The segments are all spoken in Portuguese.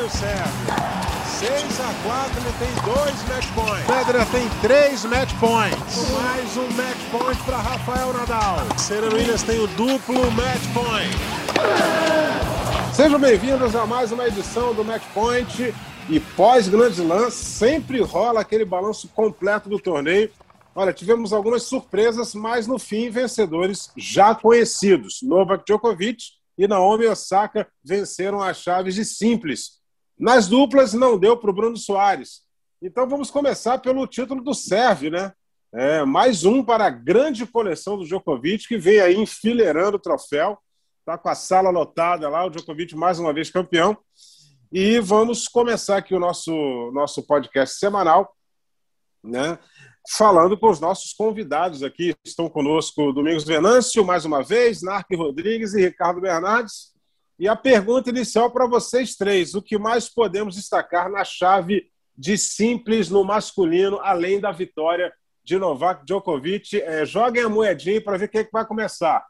o Sérgio. 6-4, ele tem 2 match points. Federer tem 3 match points. Mais um match point para Rafael Nadal. Serena Williams tem o duplo match point. Sejam bem-vindos a mais uma edição do Match Point. E pós-Grand Slam sempre rola aquele balanço completo do torneio. Olha, tivemos algumas surpresas, mas no fim vencedores já conhecidos. Novak Djokovic e Naomi Osaka venceram as chaves de simples. Nas duplas não deu para o Bruno Soares. Então vamos começar pelo título do Sérvio, né? Mais um para a grande coleção do Djokovic, que vem aí enfileirando o troféu. Está com a sala lotada lá, o Djokovic mais uma vez campeão. E vamos começar aqui o nosso podcast semanal, né? Falando com os nossos convidados aqui. Estão conosco Domingos Venâncio, mais uma vez, Narc Rodrigues e Ricardo Bernardes. E a pergunta inicial para vocês três: o que mais podemos destacar na chave de simples no masculino, além da vitória de Novak Djokovic? Joguem a moedinha para ver quem é que vai começar.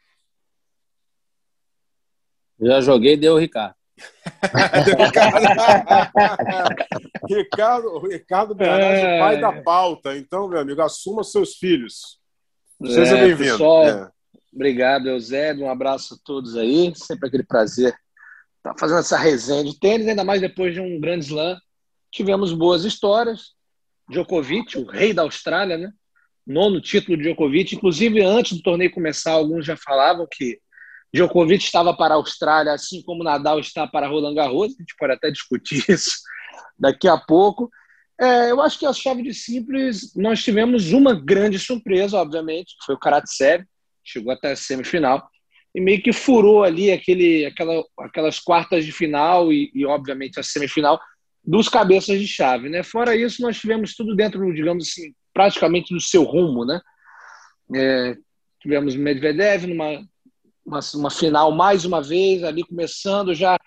Já joguei, deu o Ricardo. Ricardo Bernardes, pai da pauta. Então, meu amigo, assuma seus filhos. Seja bem-vindo. Pessoal, obrigado, Eusébio. Um abraço a todos aí. Sempre aquele prazer estar fazendo essa resenha de tênis, ainda mais depois de um grande slam. Tivemos boas histórias. Djokovic, o rei da Austrália, né? 9º título de Djokovic. Inclusive, antes do torneio começar, alguns já falavam que Djokovic estava para a Austrália, assim como Nadal está para Roland Garros. A gente pode até discutir isso daqui a pouco. Eu acho que a chave de simples, nós tivemos uma grande surpresa, obviamente, que foi o Karatsev, chegou até a semifinal, e meio que furou ali aquelas quartas de final e, obviamente, a semifinal dos cabeças de chave, né? Fora isso, nós tivemos tudo dentro, digamos assim, praticamente do seu rumo, né? Tivemos Medvedev numa final mais uma vez, ali começando já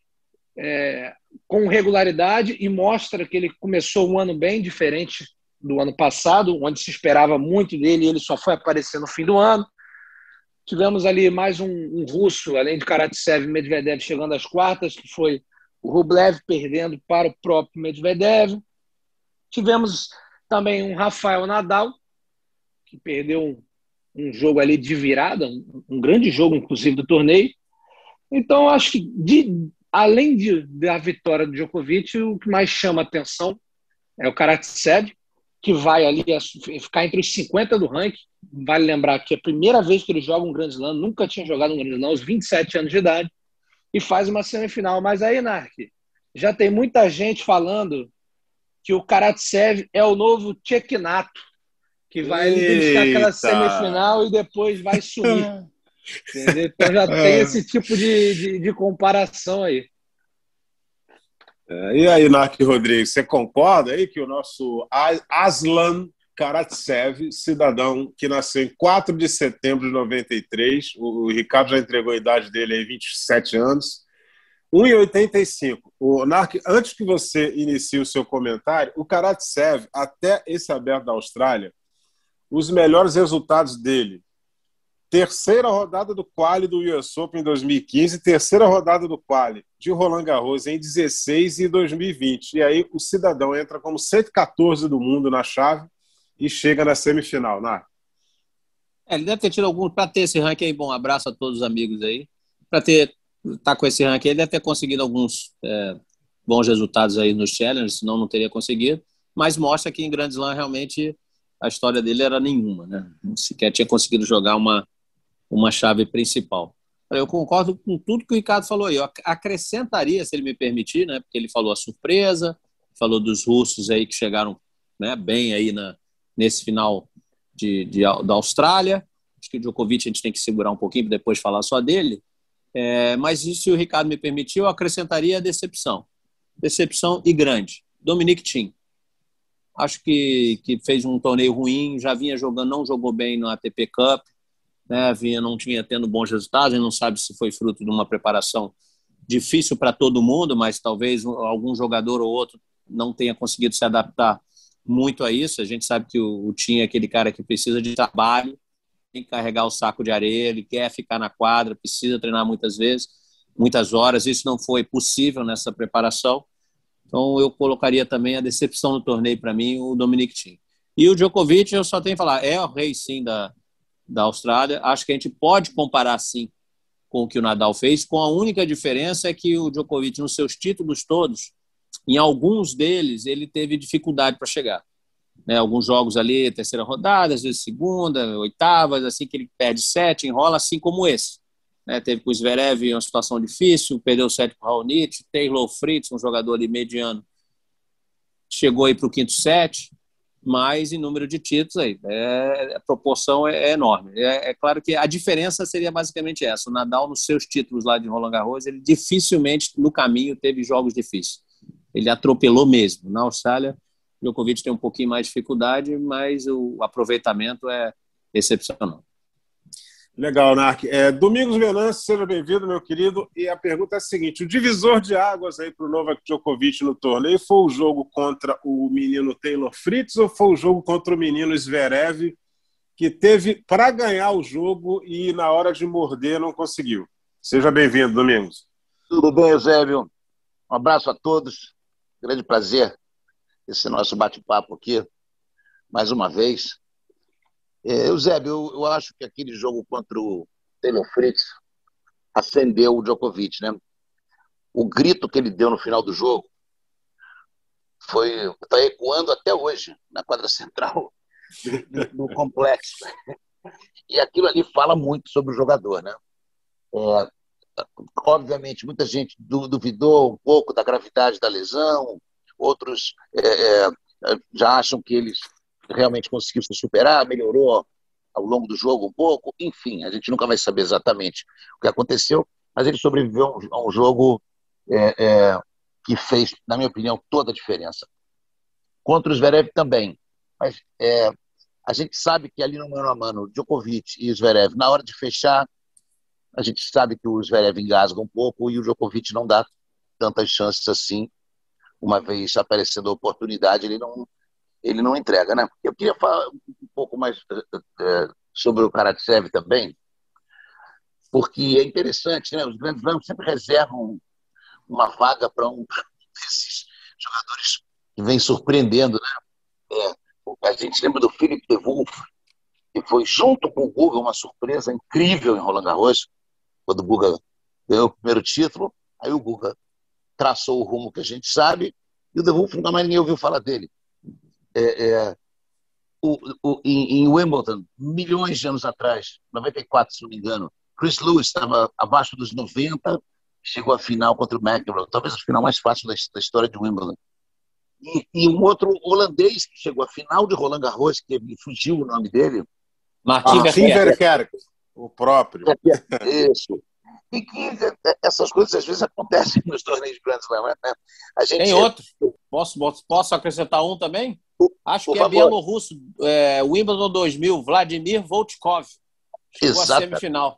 com regularidade, e mostra que ele começou um ano bem diferente do ano passado, onde se esperava muito dele e ele só foi aparecer no fim do ano. Tivemos ali mais um russo, além de Karatsev e Medvedev chegando às quartas, que foi o Rublev perdendo para o próprio Medvedev. Tivemos também um Rafael Nadal, que perdeu um jogo ali de virada, um grande jogo, inclusive, do torneio. Então, acho que, além da vitória do Djokovic, o que mais chama atenção é o Karatsev, que vai ali ficar entre os 50 do ranking. Vale lembrar que é a primeira vez que ele joga um Grand Slam, nunca tinha jogado um Grand Slam aos 27 anos de idade, e faz uma semifinal. Mas aí, Narc, já tem muita gente falando que o Karatsev é o novo Cecchinato, que vai beliscar aquela semifinal e depois vai sumir. Entendeu? Então já tem esse tipo de comparação aí. E aí, Narc Rodrigues, você concorda aí que o nosso Aslan Karatsev, cidadão que nasceu em 4 de setembro de 93, o Ricardo já entregou a idade dele aí, 27 anos, 1,85. Narc, antes que você inicie o seu comentário, o Karatsev, até esse aberto da Austrália, os melhores resultados dele: terceira rodada do quali do US Open em 2015, terceira rodada do quali de Roland Garros em 16 e 2020. E aí o cidadão entra como 114 do mundo na chave e chega na semifinal, né? Ele deve ter tido algum, para ter esse ranking aí. Bom, abraço a todos os amigos aí. Para tá com esse ranking, ele deve ter conseguido alguns bons resultados aí nos Challengers, senão não teria conseguido. Mas mostra que em Grand Slam realmente a história dele era nenhuma, né? Sequer tinha conseguido jogar uma chave principal. Eu concordo com tudo que o Ricardo falou aí. Eu acrescentaria, se ele me permitir, né? Porque ele falou a surpresa, falou dos russos aí que chegaram, né, bem aí nesse final da Austrália. Acho que o Djokovic a gente tem que segurar um pouquinho para depois falar só dele. Mas se o Ricardo me permitir, eu acrescentaria a decepção. Decepção e grande. Dominic Thiem. Acho que fez um torneio ruim, já vinha jogando, não jogou bem no ATP Cup, né? Não tinha tendo bons resultados. A gente não sabe se foi fruto de uma preparação difícil para todo mundo, mas talvez algum jogador ou outro não tenha conseguido se adaptar muito a isso. A gente sabe que o Thiem é aquele cara que precisa de trabalho, tem que carregar o saco de areia, ele quer ficar na quadra, precisa treinar muitas vezes. muitas horas. Isso não foi possível nessa preparação. Então, eu colocaria também a decepção do torneio, para mim, o Dominic Thiem. E o Djokovic, eu só tenho que falar, é o rei, sim, da Austrália. Acho que a gente pode comparar, sim, com o que o Nadal fez, com a única diferença é que o Djokovic, nos seus títulos todos, em alguns deles, ele teve dificuldade para chegar. Né? Alguns jogos ali, terceira rodada, às vezes segunda, oitavas, assim que ele perde sete, enrola, assim como esse. Né? Teve com o Zverev uma situação difícil, perdeu sete para o Raonic, Taylor Fritz, um jogador ali mediano, chegou aí para o quinto set, mas em número de títulos aí, a proporção é enorme. É claro que a diferença seria basicamente essa. O Nadal, nos seus títulos lá de Roland Garros, ele dificilmente, no caminho, teve jogos difíceis. Ele atropelou mesmo. Na Austrália, o Djokovic tem um pouquinho mais de dificuldade, mas o aproveitamento é excepcional. Legal, Narc. Domingos Venâncio, seja bem-vindo, meu querido. E a pergunta é a seguinte: o divisor de águas aí para o Novak Djokovic no torneio foi o jogo contra o menino Taylor Fritz ou foi o jogo contra o menino Zverev, que teve para ganhar o jogo e na hora de morder não conseguiu? Seja bem-vindo, Domingos. Tudo bem, Eusébio? Um abraço a todos. Grande prazer esse nosso bate-papo aqui, mais uma vez. Eusébio, eu acho que aquele jogo contra o Taylor Fritz acendeu o Djokovic, né? O grito que ele deu no final do jogo está ecoando até hoje na quadra central do complexo. E aquilo ali fala muito sobre o jogador, né? Obviamente, muita gente duvidou um pouco da gravidade da lesão, outros já acham que ele realmente conseguiu se superar, melhorou ao longo do jogo um pouco, enfim, a gente nunca vai saber exatamente o que aconteceu, mas ele sobreviveu a um jogo que fez, na minha opinião, toda a diferença. Contra o Zverev também, mas a gente sabe que ali no mano a mano, Djokovic e Zverev, na hora de fechar, a gente sabe que o Zverev engasga um pouco e o Djokovic não dá tantas chances assim. Uma vez aparecendo a oportunidade, ele não entrega, né? Eu queria falar um pouco mais sobre o Karatsev também, porque é interessante, né? Os grandes slams sempre reservam uma vaga para um desses jogadores que vem surpreendendo, né? A gente lembra do Philippe Devouf, que foi junto com o Guga uma surpresa incrível em Roland Garros, quando o Guga ganhou o primeiro título, aí o Guga traçou o rumo que a gente sabe, e o Devouf nunca mais ninguém ouviu falar dele. Em Wimbledon, milhões de anos atrás, 94, se não me engano, Chris Lewis estava abaixo dos 90, chegou à final contra o McEnroe, talvez a final mais fácil da história de Wimbledon. E um outro holandês que chegou à final de Roland Garros, que me fugiu o nome dele. Martin Verkerk, o próprio. Isso. E que essas coisas às vezes acontecem nos torneios grandes, não é? Tem outro. Posso acrescentar um também? Acho que é bielorrusso. Wimbledon 2000, Vladimir Volchkov. Chegou à semifinal.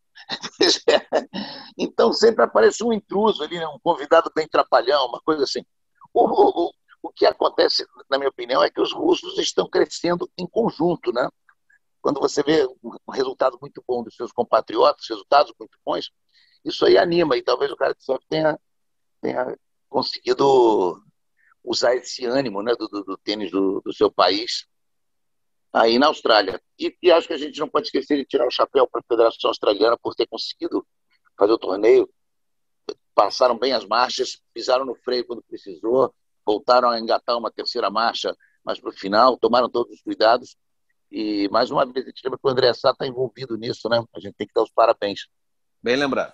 Então sempre aparece um intruso ali, né? Um convidado bem trapalhão, uma coisa assim. O que acontece, na minha opinião, é que os russos estão crescendo em conjunto, né? Quando você vê um resultado muito bom dos seus compatriotas, resultados muito bons, isso aí anima, e talvez o cara tenha conseguido usar esse ânimo, né, do tênis do seu país aí na Austrália. E acho que a gente não pode esquecer de tirar o chapéu para a Federação Australiana por ter conseguido fazer o torneio. Passaram bem as marchas, pisaram no freio quando precisou, voltaram a engatar uma terceira marcha, mas para o final tomaram todos os cuidados. E, mais uma vez, a gente lembra que o André Sá está envolvido nisso, né? A gente tem que dar os parabéns. Bem lembrado.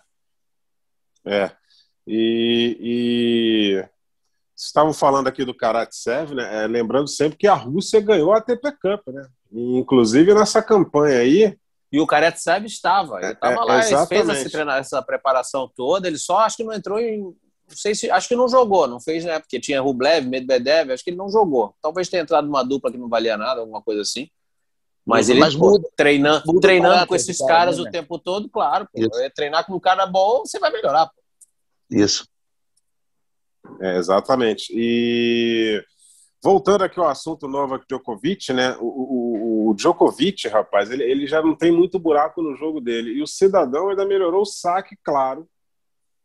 E estavam falando aqui do Karatsev, né? Lembrando sempre que a Rússia ganhou a ATP Cup, né? E, inclusive nessa campanha aí. E o Karatsev estava lá, ele fez essa preparação toda, ele só acho que não entrou em. Não sei se. Acho que não jogou, não fez, né? Porque tinha Rublev, Medvedev, acho que ele não jogou. Talvez tenha entrado numa dupla que não valia nada, alguma coisa assim. Mas ele treinando com esses caras o tempo todo, claro. Treinar com um cara bom, você vai melhorar. Pô. Isso. Exatamente. E voltando aqui ao assunto Novak Djokovic, né? O Djokovic, rapaz, ele já não tem muito buraco no jogo dele. E o cidadão ainda melhorou o saque, claro.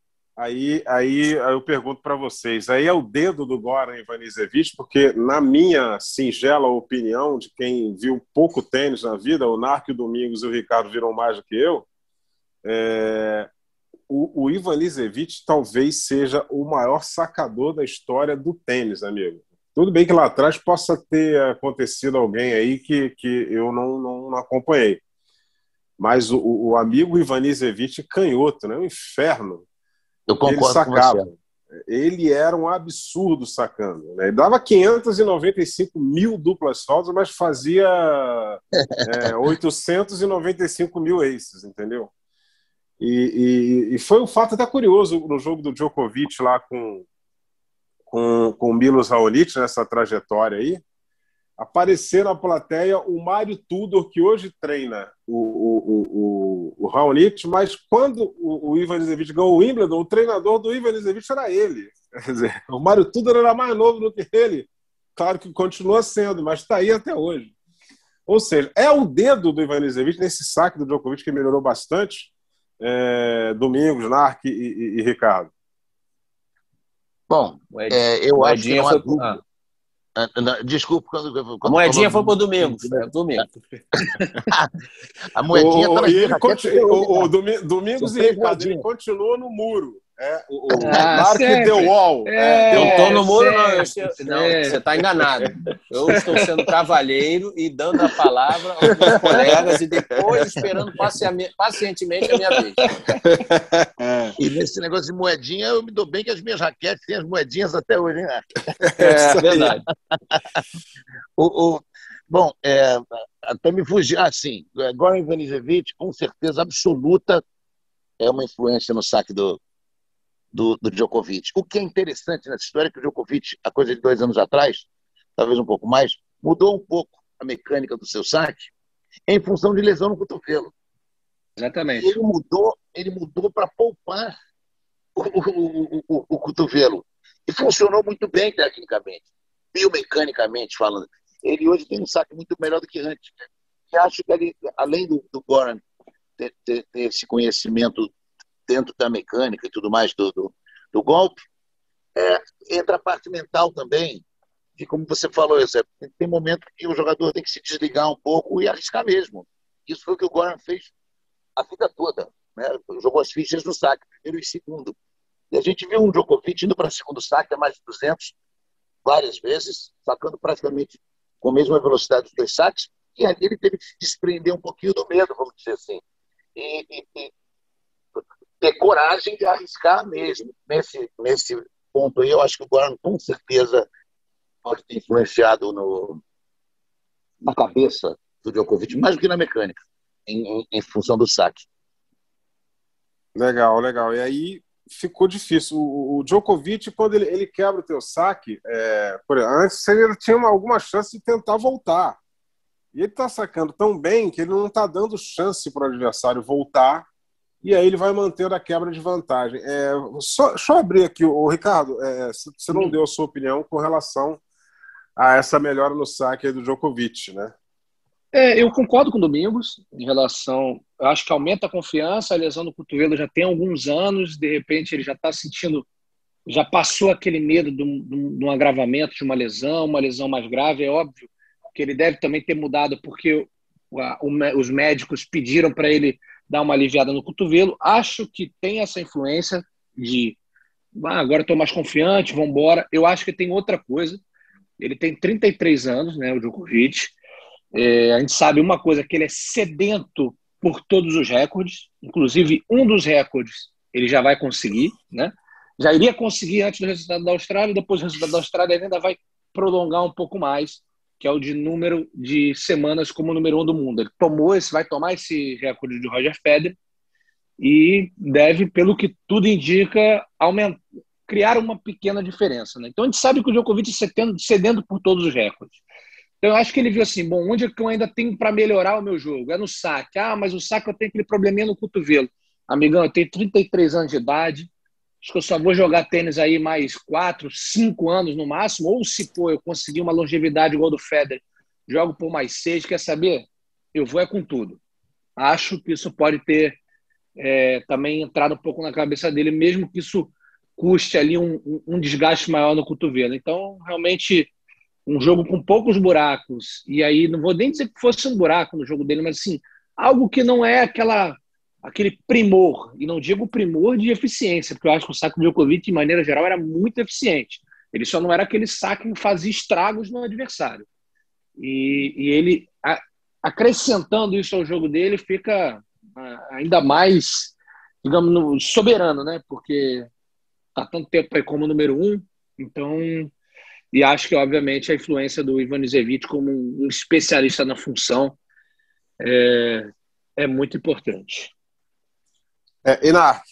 Aí eu pergunto para vocês, aí é o dedo do Goran Ivanisevic, porque na minha singela opinião, de quem viu pouco tênis na vida, o Narco, o Domingos e o Ricardo viram mais do que eu, o Ivanisevic talvez seja o maior sacador da história do tênis, amigo. Tudo bem que lá atrás possa ter acontecido alguém aí que eu não acompanhei, mas o amigo Ivanisevic canhoto, né? Um inferno. Eu Ele concordo com sacava. você. Ele era um absurdo sacando. Né? Ele dava 595 mil duplas faltas, mas fazia 895 mil aces, entendeu? E foi um fato até curioso no jogo do Djokovic lá com o Milos Raonic, nessa trajetória aí. Aparecer na plateia o Mário Tudor, que hoje treina o Raonic, mas quando o Ivanisevic ganhou o Wimbledon, o treinador do Ivanisevic era ele. Quer dizer, o Mário Tudor era mais novo do que ele. Claro que continua sendo, mas está aí até hoje. Ou seja, é o dedo do Ivanisevic nesse saque do Djokovic que melhorou bastante. Domingos, Narc e Ricardo. Bom, eu acho que não há dúvida. Desculpa, quando a moedinha foi para o Domingos. A moedinha está Domingos e Ricardo, ele continua no muro. O Narc deu wall. Eu estou no muro, não. Você está enganado. Eu estou sendo cavalheiro e dando a palavra aos meus colegas e depois esperando pacientemente a minha vez. E nesse negócio de moedinha, eu me dou bem que as minhas raquetes têm as moedinhas até hoje, né? É verdade. Bom, até me fugir. Sim, Goran Ivanisevic, com certeza absoluta, é uma influência no saque do Djokovic. O que é interessante nessa história é que o Djokovic, há coisa de 2 anos atrás, talvez um pouco mais, mudou um pouco a mecânica do seu saque em função de lesão no cotovelo. Exatamente. E ele mudou para poupar o cotovelo. E funcionou muito bem tecnicamente, biomecanicamente falando. Ele hoje tem um saque muito melhor do que antes. E acho que ele, além do Goran ter esse conhecimento dentro da mecânica e tudo mais do golpe, entra a parte mental também, que, como você falou, tem momento que o jogador tem que se desligar um pouco e arriscar mesmo. Isso foi o que o Goran fez a vida toda, né? Jogou as fichas no saque, primeiro e segundo. E a gente viu um Djokovic indo para segundo saque a mais de 200 várias vezes, sacando praticamente com a mesma velocidade dos 2 saques, e ali ele teve que se desprender um pouquinho do medo, vamos dizer assim, e ter coragem de arriscar mesmo. Nesse ponto aí, eu acho que o Goran, com certeza, pode ter influenciado na cabeça do Djokovic, mais do que na mecânica, em função do saque. Legal. E aí ficou difícil. O Djokovic, quando ele quebra o teu saque, antes ele tinha alguma chance de tentar voltar. E ele está sacando tão bem que ele não está dando chance para o adversário voltar, e aí ele vai mantendo a quebra de vantagem. Deixa eu abrir aqui, o Ricardo, você não deu a sua opinião com relação a essa melhora no saque aí do Djokovic, né? Eu concordo com o Domingos em relação... Eu acho que aumenta a confiança, a lesão do cotovelo já tem alguns anos, de repente ele já está sentindo... Já passou aquele medo de um agravamento de uma lesão mais grave. É óbvio que ele deve também ter mudado porque os médicos pediram para ele dar uma aliviada no cotovelo. Acho que tem essa influência de agora estou mais confiante, vamos embora. Eu acho que tem outra coisa. Ele tem 33 anos, né, o Djokovic. A gente sabe uma coisa, que ele é sedento por todos os recordes, inclusive um dos recordes ele já vai conseguir, né? Já iria conseguir antes do resultado da Austrália, depois do resultado da Austrália ele ainda vai prolongar um pouco mais, que é o de número de semanas como número 1 do mundo. Ele vai tomar esse recorde de Roger Federer e deve, pelo que tudo indica, criar uma pequena diferença, né? Então a gente sabe que o Djokovic é sedento por todos os recordes. Então eu acho que ele viu assim, onde é que eu ainda tenho para melhorar o meu jogo? É no saque. Mas o saque eu tenho aquele probleminha no cotovelo. Amigão, eu tenho 33 anos de idade, acho que eu só vou jogar tênis aí mais 4, 5 anos no máximo, ou se eu conseguir uma longevidade igual do Federer, jogo por mais 6, quer saber? Eu vou com tudo. Acho que isso pode ter também entrar um pouco na cabeça dele, mesmo que isso custe ali um desgaste maior no cotovelo. Então, realmente, um jogo com poucos buracos, e aí não vou nem dizer que fosse um buraco no jogo dele, mas assim, algo que não é aquele primor, e não digo primor de eficiência, porque eu acho que o saque do Djokovic, de maneira geral, era muito eficiente. Ele só não era aquele saque que fazia estragos no adversário. E ele, acrescentando isso ao jogo dele, fica ainda mais, digamos, soberano, né? Porque está tanto tempo aí como número 1, então, e acho que, obviamente, a influência do Ivanisevic como um especialista na função é muito importante. Inak.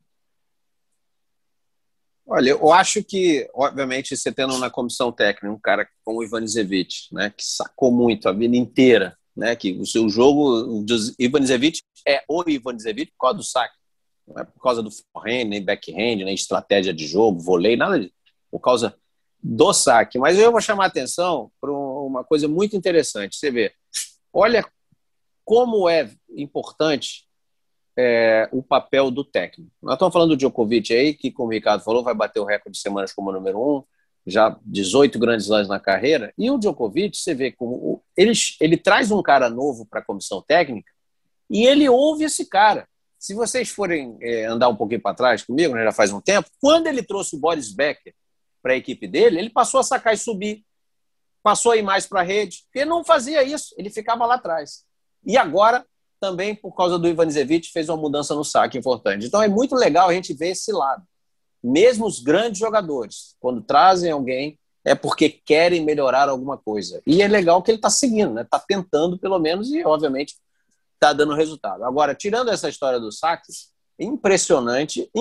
Olha, eu acho que, obviamente, você tendo na comissão técnica um cara como o Ivanisevic, né, que sacou muito a vida inteira, né, que o seu jogo, o Ivanisevic é o Ivanisevic por causa do saque, não é por causa do forehand, nem backhand, nem estratégia de jogo, vôlei, nada disso, por causa do saque. Mas eu vou chamar a atenção para uma coisa muito interessante. Você vê, olha como é importante o papel do técnico. Nós estamos falando do Djokovic aí, que, como o Ricardo falou, vai bater o recorde de semanas como número 1, já 18 grandes slams na carreira, e o Djokovic, você vê como ele traz um cara novo para a comissão técnica e ele ouve esse cara. Se vocês forem andar um pouquinho para trás comigo, né, já faz um tempo, quando ele trouxe o Boris Becker para a equipe dele, ele passou a sacar e subir, passou a ir mais para a rede, porque ele não fazia isso, ele ficava lá atrás. E agora, também por causa do Ivanisevic, fez uma mudança no saque importante. Então é muito legal a gente ver esse lado. Mesmo os grandes jogadores, quando trazem alguém, é porque querem melhorar alguma coisa. E é legal que ele está seguindo, né? Está tentando pelo menos e, obviamente, está dando resultado. Agora, tirando essa história dos saques, impressionante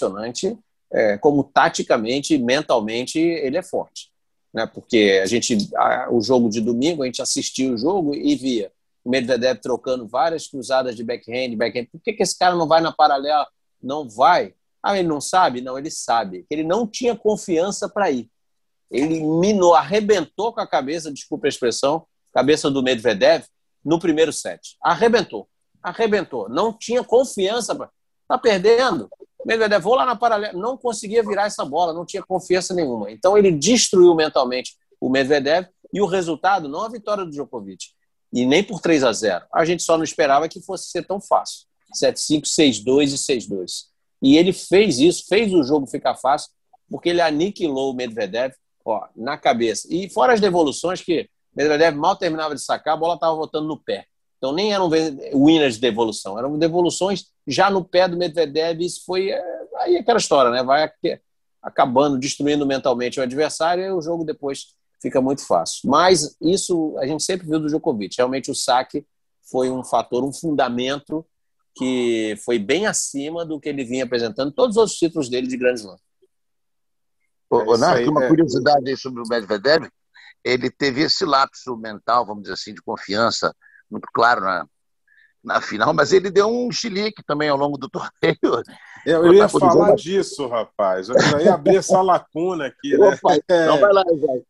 como taticamente e mentalmente ele é forte. Né? Porque o jogo de domingo, a gente assistia o jogo e via o Medvedev trocando várias cruzadas de backhand. Por que esse cara não vai na paralela? Não vai. Ele não sabe? Não, ele sabe. Ele não tinha confiança para ir. Ele arrebentou com a cabeça, desculpa a expressão, cabeça do Medvedev no primeiro set. Arrebentou. Não tinha confiança. Tá perdendo. Medvedev, vou lá na paralela. Não conseguia virar essa bola, não tinha confiança nenhuma. Então ele destruiu mentalmente o Medvedev e o resultado, não a vitória do Djokovic. E nem por 3-0. A gente só não esperava que fosse ser tão fácil. 7-5, 6-2 e 6-2. E ele fez isso, fez o jogo ficar fácil, porque ele aniquilou o Medvedev na cabeça. E fora as devoluções, que o Medvedev mal terminava de sacar, a bola estava voltando no pé. Então nem eram winners de devolução, eram devoluções já no pé do Medvedev. Isso foi aí aquela história, né? Vai acabando, destruindo mentalmente o adversário e o jogo depois fica muito fácil. Mas isso a gente sempre viu do Djokovic. Realmente o saque foi um fator, um fundamento que foi bem acima do que ele vinha apresentando todos os outros títulos dele de Grand Slam. Narco, uma curiosidade aí sobre o Medvedev, ele teve esse lapso mental, vamos dizer assim, de confiança, muito claro na final, mas ele deu um chilique também ao longo do torneio. Eu ia falar disso, rapaz. Eu já ia abrir essa lacuna aqui, né? Opa, então vai lá, Zé.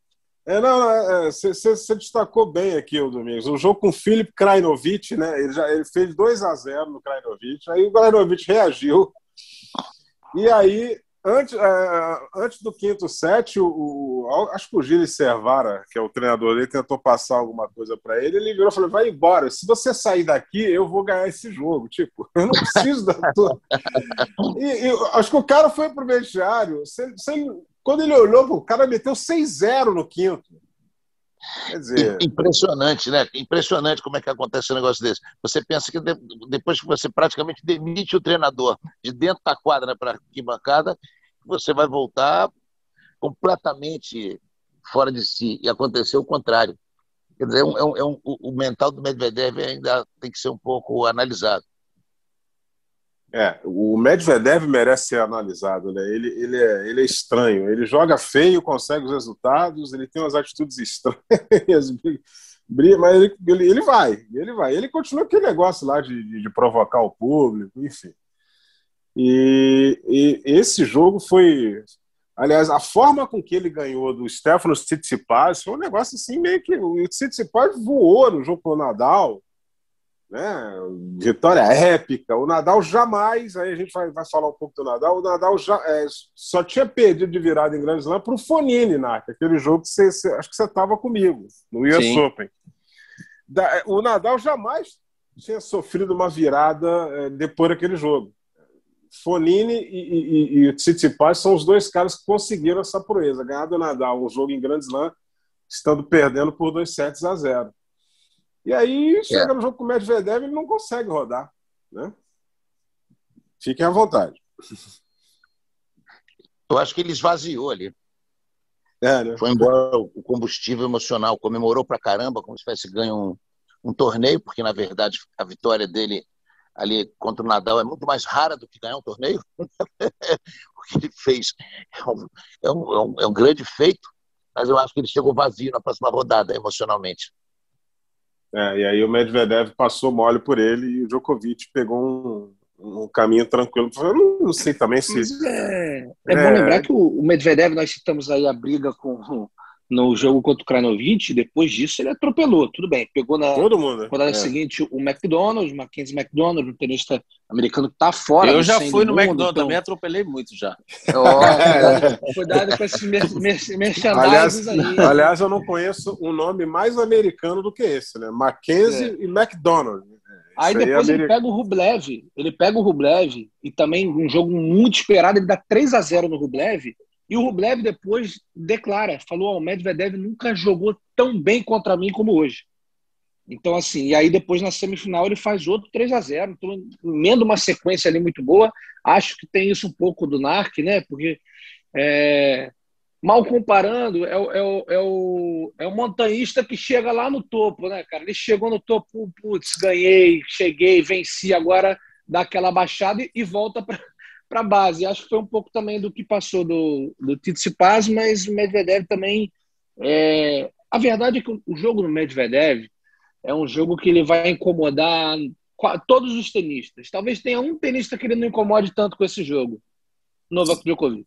Você destacou bem aqui, o Domingos. O jogo com o Filip Krajinovic, né? Ele fez 2-0 no Krajinovic, aí o Krajinovic reagiu. E aí, antes do quinto set, acho que o Gilles Servara, que é o treinador dele, tentou passar alguma coisa para ele. Ele virou e falou: vai embora, se você sair daqui, eu vou ganhar esse jogo. Tipo, eu não preciso da tua. E acho que o cara foi pro vestiário. Quando ele olhou, o cara meteu 6-0 no quinto. Quer dizer... Impressionante, né? Impressionante como é que acontece um negócio desse. Você pensa que depois que você praticamente demite o treinador de dentro da quadra para a arquibancada, você vai voltar completamente fora de si. E aconteceu o contrário. Quer dizer, o mental do Medvedev ainda tem que ser um pouco analisado. O Medvedev merece ser analisado, né? Ele é estranho, ele joga feio, consegue os resultados, ele tem umas atitudes estranhas, mas ele vai. Ele continua aquele negócio lá de provocar o público, enfim. E esse jogo foi... Aliás, a forma com que ele ganhou do Stefanos Tsitsipas foi um negócio assim, meio que o Tsitsipas voou no jogo com o Nadal. né? Vitória épica. O Nadal jamais, aí a gente vai falar um pouco do Nadal, o Nadal só tinha perdido de virada em Grand Slam para o Fognini, Narc, aquele jogo que acho que você estava comigo, no US Open. O Nadal jamais tinha sofrido uma virada depois daquele jogo. Fonini e o Tsitsipas são os dois caras que conseguiram essa proeza, ganhar do Nadal um jogo em Grand Slam, estando perdendo por 2-0. E aí, chega no jogo com o Medvedev, ele não consegue rodar, né? Fiquem à vontade. Eu acho que ele esvaziou ali. Né? Foi embora o combustível emocional, comemorou pra caramba, como se tivesse ganho um torneio, porque, na verdade, a vitória dele ali contra o Nadal é muito mais rara do que ganhar um torneio. O que ele fez é um grande feito, mas eu acho que ele chegou vazio na próxima rodada, emocionalmente. E aí o Medvedev passou mole por ele e o Djokovic pegou um caminho tranquilo. Eu não sei também se... É bom lembrar que o Medvedev, nós citamos aí a briga no jogo contra o Krajinovic, depois disso ele atropelou, tudo bem, pegou na rodada seguinte o Mackenzie McDonald, um tenista americano que está fora. Eu já fui no McDonald's, então... também atropelei muito já. Cuidado com esses merchandising aí. Aliás, eu não conheço um nome mais americano do que esse, né? Mackenzie e McDonald. Aí depois ele pega o Rublev, e também um jogo muito esperado, ele dá 3-0 no Rublev. E o Rublev depois falou, o Medvedev nunca jogou tão bem contra mim como hoje. Então, assim, e aí depois na semifinal ele faz outro 3-0. Então, emenda uma sequência ali muito boa. Acho que tem isso um pouco do Narc, né? Porque, mal comparando, é o montanhista que chega lá no topo, né, cara? Ele chegou no topo, putz, ganhei, cheguei, venci, agora dá aquela baixada e volta para a base. Acho que foi um pouco também do que passou do Tsitsipas, mas o Medvedev também... A verdade é que o jogo do Medvedev é um jogo que ele vai incomodar todos os tenistas. Talvez tenha um tenista que ele não incomode tanto com esse jogo. Novak Djokovic.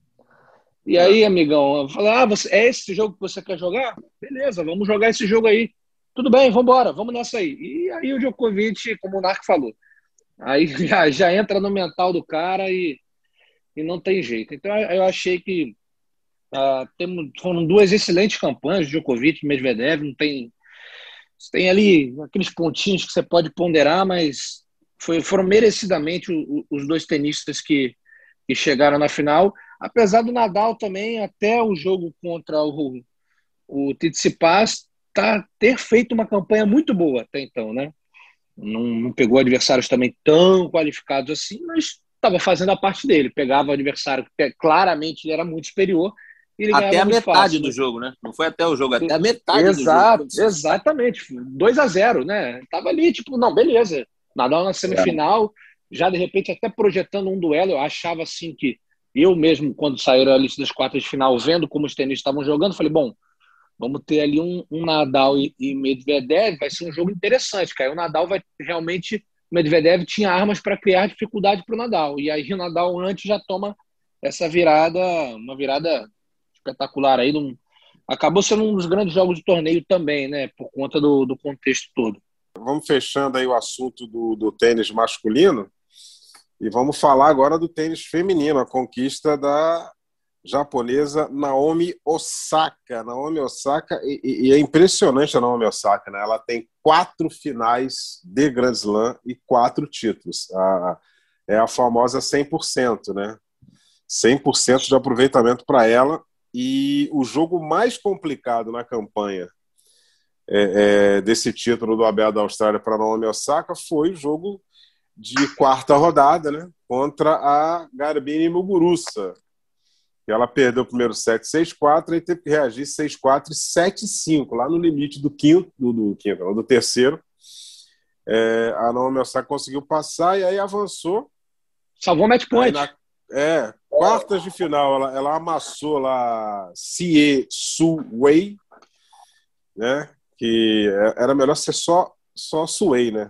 E aí, amigão, eu falei, é esse jogo que você quer jogar? Beleza, vamos jogar esse jogo aí. Tudo bem, vamos embora, vamos nessa aí. E aí o Djokovic, como o Narc falou, aí já entra no mental do cara e não tem jeito. Então eu achei que foram duas excelentes campanhas, Djokovic e Medvedev. Não tem ali aqueles pontinhos que você pode ponderar, mas foram merecidamente os dois tenistas que chegaram na final. Apesar do Nadal também, até o jogo contra o Tsitsipas, ter feito uma campanha muito boa até então, né? Não pegou adversários também tão qualificados assim, mas estava fazendo a parte dele. Pegava o adversário que claramente ele era muito superior. E ele até a metade fácil, do jogo, né? Não foi até o jogo, até a metade do jogo. Exatamente. 2-0, né? Tava ali, tipo, não, beleza. Nadal na semifinal, já de repente até projetando um duelo. Eu achava assim que eu mesmo, quando saíram a lista das quartas de final, vendo como os tenistas estavam jogando, falei, bom, vamos ter ali um Nadal e Medvedev, vai ser um jogo interessante, cara. O Nadal vai realmente... O Medvedev tinha armas para criar dificuldade para o Nadal. E aí o Nadal antes já toma essa virada, uma virada espetacular aí. Acabou sendo um dos grandes jogos do torneio também, né? Por conta do contexto todo. Vamos fechando aí o assunto do tênis masculino e vamos falar agora do tênis feminino, a conquista da japonesa Naomi Osaka. Naomi Osaka, e é impressionante a Naomi Osaka, né? Ela tem 4 finais de Grand Slam e 4 títulos. É a famosa 100%, né? 100% de aproveitamento para ela. E o jogo mais complicado na campanha desse título do ABA da Austrália para Naomi Osaka foi o jogo de quarta rodada, né? Contra a Garbine Muguruza. Ela perdeu o primeiro set 6-4 e teve que reagir 6-4 e 7-5, lá no limite do terceiro. A Naomi Osaka conseguiu passar e aí avançou. Salvou o match point. Quartas de final, ela amassou lá Sie Su Wei, né? Que era melhor ser só Suei, né?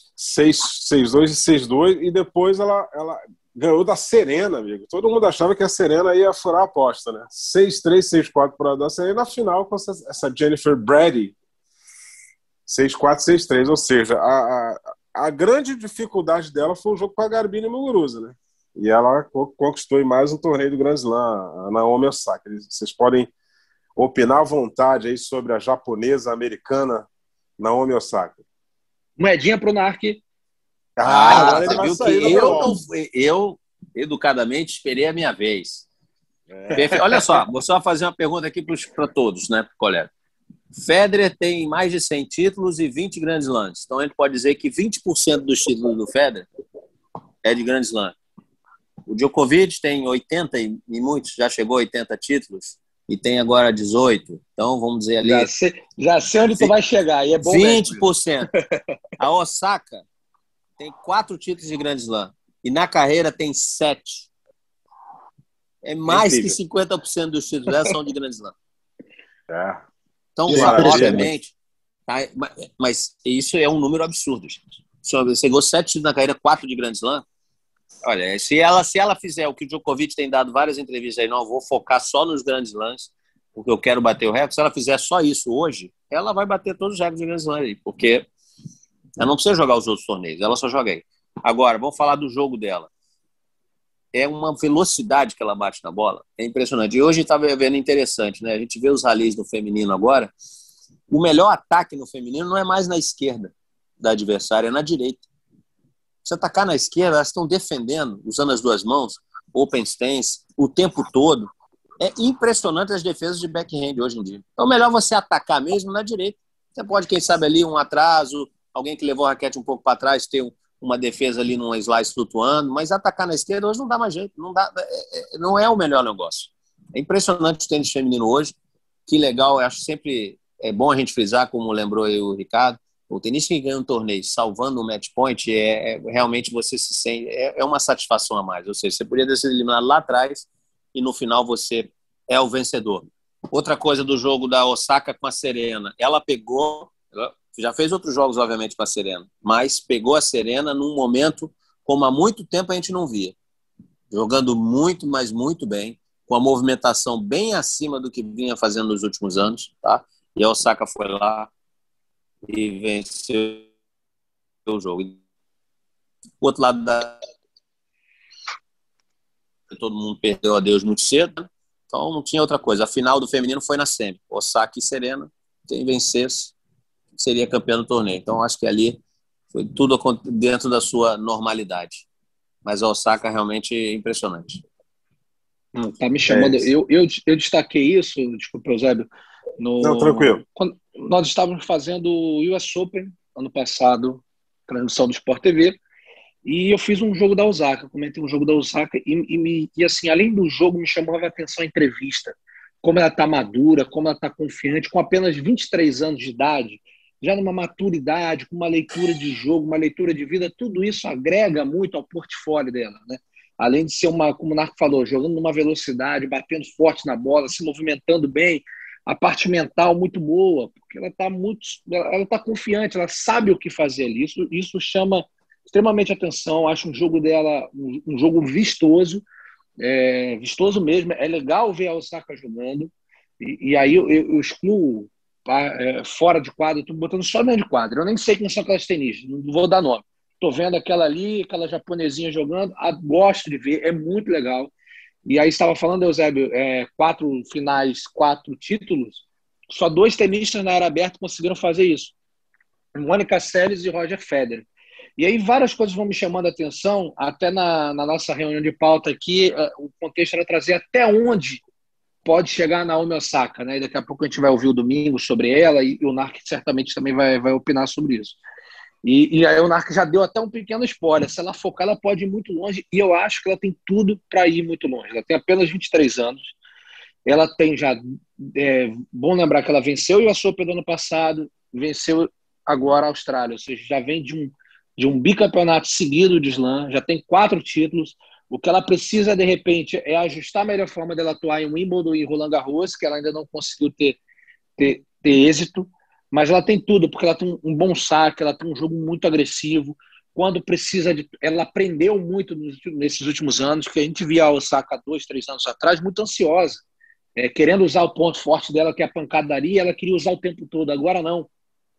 6-2 e 6-2, e depois ela ganhou da Serena, amigo. Todo mundo achava que a Serena ia furar a aposta, né? 6-3, 6-4 para a da Serena. Na final, com essa Jennifer Brady, 6-4, 6-3. Ou seja, a grande dificuldade dela foi o jogo com a Garbiñe Muguruza, né? E ela conquistou em mais um torneio do Grand Slam, a Naomi Osaka. Vocês podem opinar à vontade aí sobre a japonesa americana Naomi Osaka. Moedinha pro Narc. Agora ele você vai viu sair que eu, educadamente, esperei a minha vez. Olha só, vou só fazer uma pergunta aqui para todos, né, colega? Federer tem mais de 100 títulos e 20 Grand Slams. Então, a gente pode dizer que 20% dos títulos do Federer é de Grand Slam. O Djokovic tem 80 e muitos, já chegou a 80 títulos e tem agora 18. Então, vamos dizer ali... Já sei onde tu vai chegar, e é bom 20%. A Osaka tem 4 títulos de Grand Slam e na carreira tem 7. É mais que 50% dos títulos dela são de Grand Slam. Então, obviamente... Tá, mas isso é um número absurdo, gente. Você chegou 7 títulos na carreira, 4 de Grand Slam. Olha, se ela fizer o que o Djokovic tem dado várias entrevistas aí, não, vou focar só nos grandes lãs, porque eu quero bater o recorde. Se ela fizer só isso hoje, ela vai bater todos os recordes de grandes lãs aí, porque ela não precisa jogar os outros torneios, ela só joga aí. Agora, vamos falar do jogo dela. É uma velocidade que ela bate na bola, é impressionante. E hoje estava vendo interessante, né? A gente vê os rallies no feminino agora. O melhor ataque no feminino não é mais na esquerda da adversária, é na direita. Se atacar na esquerda, elas estão defendendo, usando as duas mãos, open stance, o tempo todo. É impressionante as defesas de backhand hoje em dia. Então, é melhor você atacar mesmo na direita. Você pode, quem sabe, ali um atraso, alguém que levou a raquete um pouco para trás, ter uma defesa ali num slice flutuando, mas atacar na esquerda hoje não dá mais jeito. Não é o melhor negócio. É impressionante o tênis feminino hoje. Que legal, eu acho sempre é bom a gente frisar, como lembrou aí o Ricardo, o tenista que ganha um torneio salvando um match point, realmente você se sente, é uma satisfação a mais. Ou seja, você podia ter sido eliminado lá atrás e no final você é o vencedor. Outra coisa do jogo da Osaka com a Serena, ela já fez outros jogos, obviamente, com a Serena, mas pegou a Serena num momento como há muito tempo a gente não via. Jogando muito, mas muito bem, com a movimentação bem acima do que vinha fazendo nos últimos anos, tá? E a Osaka foi lá e venceu o jogo. O outro lado todo mundo perdeu a Deus muito cedo, né? Então não tinha outra coisa. A final do feminino foi na semi. Osaka e Serena, quem vencesse seria campeão do torneio. Então acho que ali foi tudo dentro da sua normalidade. Mas a Osaka realmente é impressionante. Tá me chamando. Eu destaquei isso, desculpa, Eusébio. Não, tranquilo. Quando nós estávamos fazendo o US Open ano passado, transmissão do Sport TV, e eu fiz um jogo da Osaka, comentei um jogo da Osaka e assim, além do jogo, me chamava a atenção a entrevista, como ela está madura, como ela está confiante, com apenas 23 anos de idade, já numa maturidade, com uma leitura de jogo, uma leitura de vida, tudo isso agrega muito ao portfólio dela, né? Além de ser como o Narco falou, jogando numa velocidade, batendo forte na bola, se movimentando bem, a parte mental muito boa, porque ela está confiante, ela sabe o que fazer ali. Isso chama extremamente atenção. Acho um jogo dela um jogo vistoso, vistoso mesmo. É legal ver a Osaka jogando. E aí eu excluo fora de quadro, estou botando só dentro de quadro. Eu nem sei quem são aquelas tenistas, não vou dar nome. Estou vendo aquela ali, aquela japonesinha jogando, gosto de ver, é muito legal. E aí estava falando, Eusébio, 4 finais, 4 títulos, só 2 tenistas na era aberta conseguiram fazer isso. Mônica Seles e Roger Federer. E aí várias coisas vão me chamando a atenção, até na nossa reunião de pauta aqui, o contexto era trazer até onde pode chegar a Naomi Osaka, né? E daqui a pouco a gente vai ouvir o domingo sobre ela e o Narc certamente também vai opinar sobre isso. E aí o Narc já deu até um pequeno spoiler. Se ela focar, ela pode ir muito longe. E eu acho que ela tem tudo para ir muito longe. Ela tem apenas 23 anos. Ela tem já... bom lembrar que ela venceu o US Open do ano passado, venceu agora a Austrália. Ou seja, já vem de um bicampeonato seguido de slam, já tem 4 títulos. O que ela precisa, de repente, é ajustar a melhor forma dela atuar em Wimbledon e Roland Garros, que ela ainda não conseguiu ter êxito. Mas ela tem tudo, porque ela tem um bom saque, ela tem um jogo muito agressivo. Quando precisa ela aprendeu muito nesses últimos anos, que a gente via a Osaka há 2, 3 anos atrás, muito ansiosa, querendo usar o ponto forte dela, que é a pancadaria, ela queria usar o tempo todo. Agora não.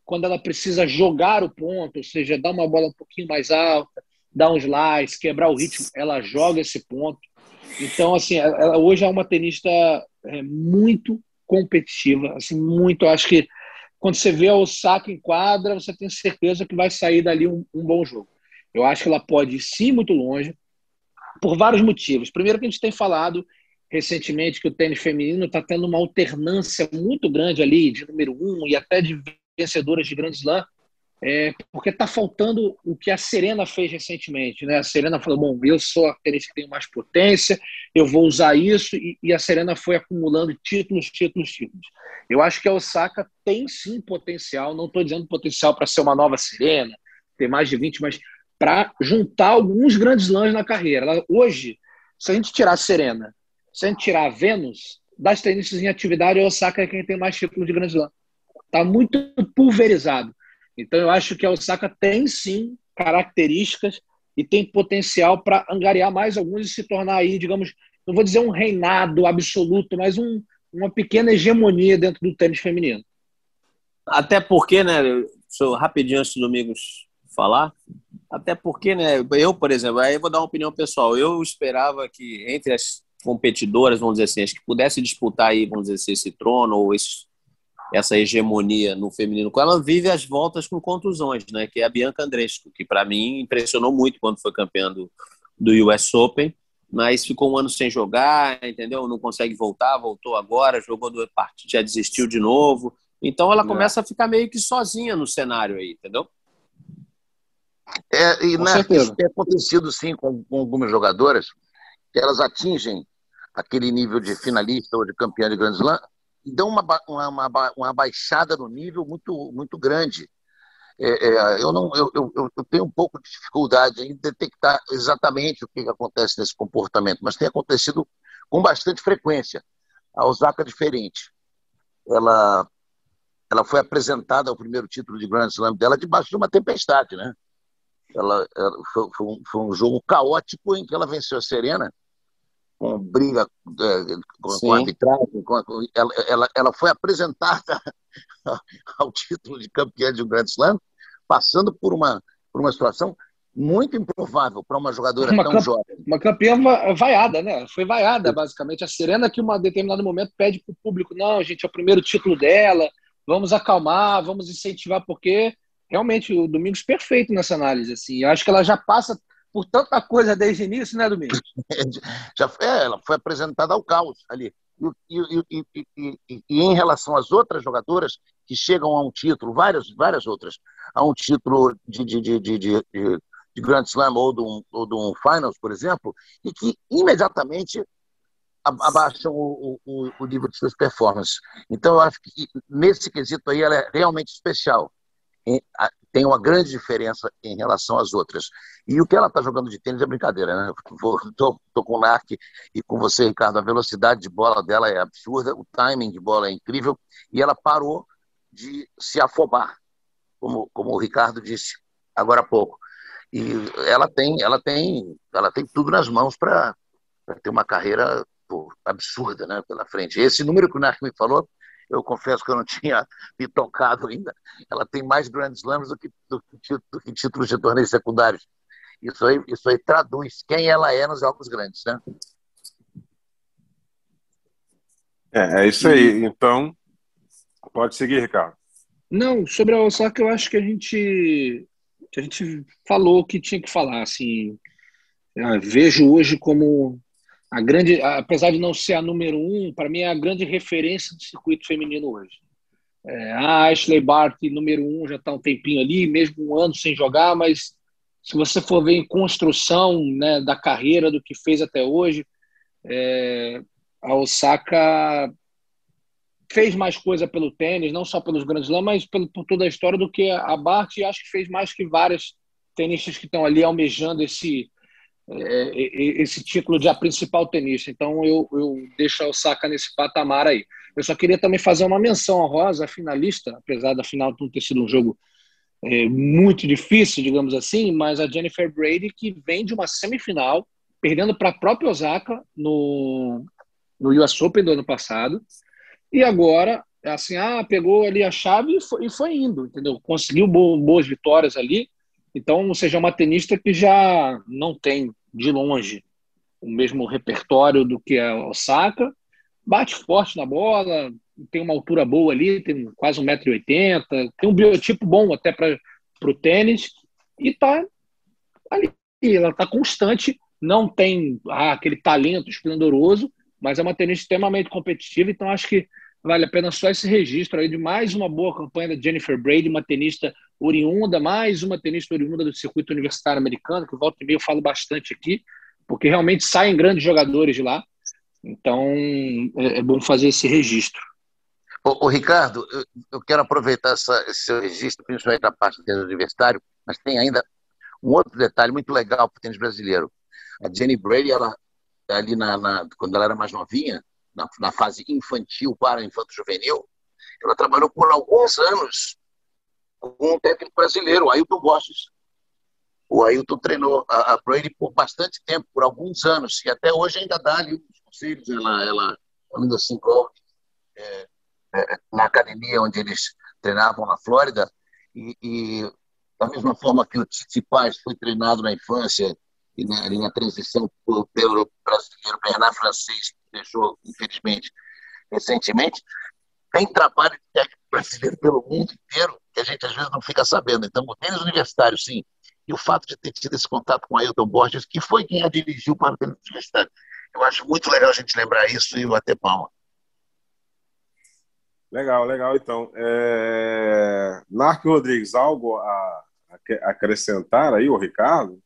quando ela precisa jogar o ponto, ou seja, dar uma bola um pouquinho mais alta, dar um slice, quebrar o ritmo, ela joga esse ponto. Então, assim, ela hoje é uma tenista muito competitiva, assim, muito. Acho que quando você vê a Osaka em quadra, você tem certeza que vai sair dali um bom jogo. Eu acho que ela pode ir sim muito longe, por vários motivos. Primeiro que a gente tem falado recentemente que o tênis feminino está tendo uma alternância muito grande ali de número 1 e até de vencedoras de Grand Slam, porque está faltando o que a Serena fez recentemente, né? A Serena falou, bom, eu sou a tenista que tem mais potência, eu vou usar isso, e a Serena foi acumulando títulos. Eu acho que a Osaka tem sim potencial, não estou dizendo potencial para ser uma nova Serena, ter mais de 20, mas para juntar alguns grandes slams na carreira. Ela, hoje, se a gente tirar a Serena, se a gente tirar a Venus, das tenistas em atividade, a Osaka é quem tem mais títulos de Grand Slam. Está muito pulverizado. Então, eu acho que a Osaka tem, sim, características e tem potencial para angariar mais alguns e se tornar aí, digamos, não vou dizer um reinado absoluto, mas uma pequena hegemonia dentro do tênis feminino. Até porque, né, rapidinho antes do Domingos falar, até porque, né, eu, por exemplo, aí eu vou dar uma opinião pessoal, eu esperava que entre as competidoras, vamos dizer assim, as que pudessem disputar aí, vamos dizer assim, esse trono ou essa hegemonia no feminino, ela vive as voltas com contusões, né, que é a Bianca Andreescu, que para mim impressionou muito quando foi campeã do US Open, mas ficou um ano sem jogar, entendeu? Não consegue voltar, voltou agora, jogou 2 partidas, já desistiu de novo, então ela começa a ficar meio que sozinha no cenário aí, entendeu? Isso tem acontecido sim com algumas jogadoras, que elas atingem aquele nível de finalista ou de campeã de Grand Slam e dão uma baixada no nível muito, muito grande. Eu tenho um pouco de dificuldade em detectar exatamente o que acontece nesse comportamento, mas tem acontecido com bastante frequência. A Osaka é diferente. Ela foi apresentada ao primeiro título de Grand Slam dela debaixo de uma tempestade, né? Foi um jogo caótico em que ela venceu a Serena, com briga com arbitragem. Ela foi apresentada ao título de campeã de um Grand Slam, passando por uma situação muito improvável para uma jogadora tão jovem. Uma campeã vaiada, né? Foi vaiada, basicamente. A Serena, que em um determinado momento pede para o público, não, gente, é o primeiro título dela, vamos acalmar, vamos incentivar, porque realmente o Domingos perfeito nessa análise. Assim. Eu acho que ela já passa por tanta coisa desde o início, né, Domingos? Ela foi apresentada ao caos ali. E em relação às outras jogadoras que chegam a um título, várias outras, a um título de Grand Slam ou de um Finals, por exemplo, e que imediatamente abaixam o nível de suas performances. Então, eu acho que nesse quesito aí ela é realmente especial. Tem uma grande diferença em relação às outras. E o que ela está jogando de tênis é brincadeira, né? Estou com o Narc e com você, Ricardo. A velocidade de bola dela é absurda, o timing de bola é incrível e ela parou de se afobar, como o Ricardo disse agora há pouco. E ela tem tudo nas mãos para ter uma carreira absurda, né, pela frente. Esse número que o Narc me falou, eu confesso que eu não tinha me tocado ainda. Ela tem mais Grand Slams do que títulos de torneios secundários. Isso aí traduz quem ela é nos jogos grandes, né? É isso aí. Então, pode seguir, Ricardo. Não, sobre a Osaka, eu acho que a gente falou o que tinha que falar. Assim, vejo hoje como a grande, apesar de não ser a número 1, para mim é a grande referência do circuito feminino hoje. A Ashley Barty, número 1, já está um tempinho ali, mesmo um ano sem jogar, mas se você for ver em construção, né, da carreira, do que fez até hoje, a Osaka fez mais coisa pelo tênis, não só pelos Grand Slam, mas por toda a história do que a Barty, acho que fez mais que várias tenistas que estão ali almejando esse título de a principal tenista. Então eu deixo a Osaka nesse patamar aí. Eu só queria também fazer uma menção honrosa à finalista, apesar da final não ter sido um jogo muito difícil, digamos assim, mas a Jennifer Brady, que vem de uma semifinal, perdendo para a própria Osaka no US Open do ano passado, e agora É assim, pegou ali a chave e foi indo, entendeu? Conseguiu boas vitórias ali. Então, ou seja, é uma tenista que já não tem, de longe, o mesmo repertório do que a Osaka. Bate forte na bola, tem uma altura boa ali, tem quase 1,80 m, tem um biotipo bom até para o tênis. E tá ali, ela tá constante, não tem aquele talento esplendoroso, mas é uma tenista extremamente competitiva, então acho que vale a pena só esse registro aí de mais uma boa campanha da Jennifer Brady, uma tenista oriunda, mais uma tenista oriunda do circuito universitário americano, que volta e meia eu falo bastante aqui, porque realmente saem grandes jogadores de lá, então é bom fazer esse registro. Ô Ricardo, eu quero aproveitar esse seu registro, principalmente na parte do tênis universitário, mas tem ainda um outro detalhe muito legal para o tênis brasileiro. A Jenny Brady, ela ali quando ela era mais novinha, na fase infantil para infanto-juvenil, ela trabalhou por alguns anos com um técnico brasileiro, o Ailton Borges. O Ailton treinou a Brady por bastante tempo, por alguns anos, e até hoje ainda dá ali os conselhos. Ela ainda se envolve na academia onde eles treinavam na Flórida, e da mesma forma que o Tsitsipas foi treinado na infância e na transição pelo brasileiro Bernard Francês, que deixou, infelizmente, recentemente, tem trabalho de técnico brasileiro pelo mundo inteiro que a gente às vezes não fica sabendo. Então, o tênis universitário, sim, e o fato de ter tido esse contato com Ailton Borges, que foi quem a dirigiu para o tênis universitário. Eu acho muito legal a gente lembrar isso e bater palma. Legal, então. Narco Rodrigues, algo a acrescentar aí, o Ricardo?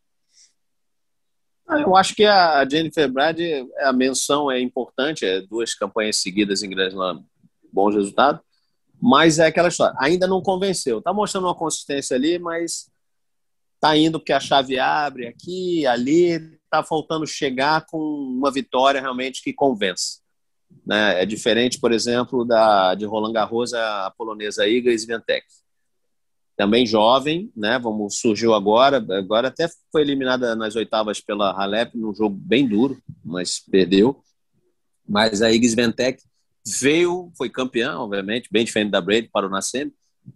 Eu acho que a Jennifer Brady, a menção é importante, 2 campanhas seguidas em Grand Slam, bons resultados, mas é aquela história, ainda não convenceu. Está mostrando uma consistência ali, mas está indo porque a chave abre aqui, ali, está faltando chegar com uma vitória realmente que convence. Né? É diferente, por exemplo, de Roland Garros, a polonesa Iga Swiatek. Também jovem, né? Surgiu agora até foi eliminada nas oitavas pela Halep, num jogo bem duro, mas perdeu. Mas a Iga Swiatek foi campeã, obviamente, bem diferente da Brady, parou na semi,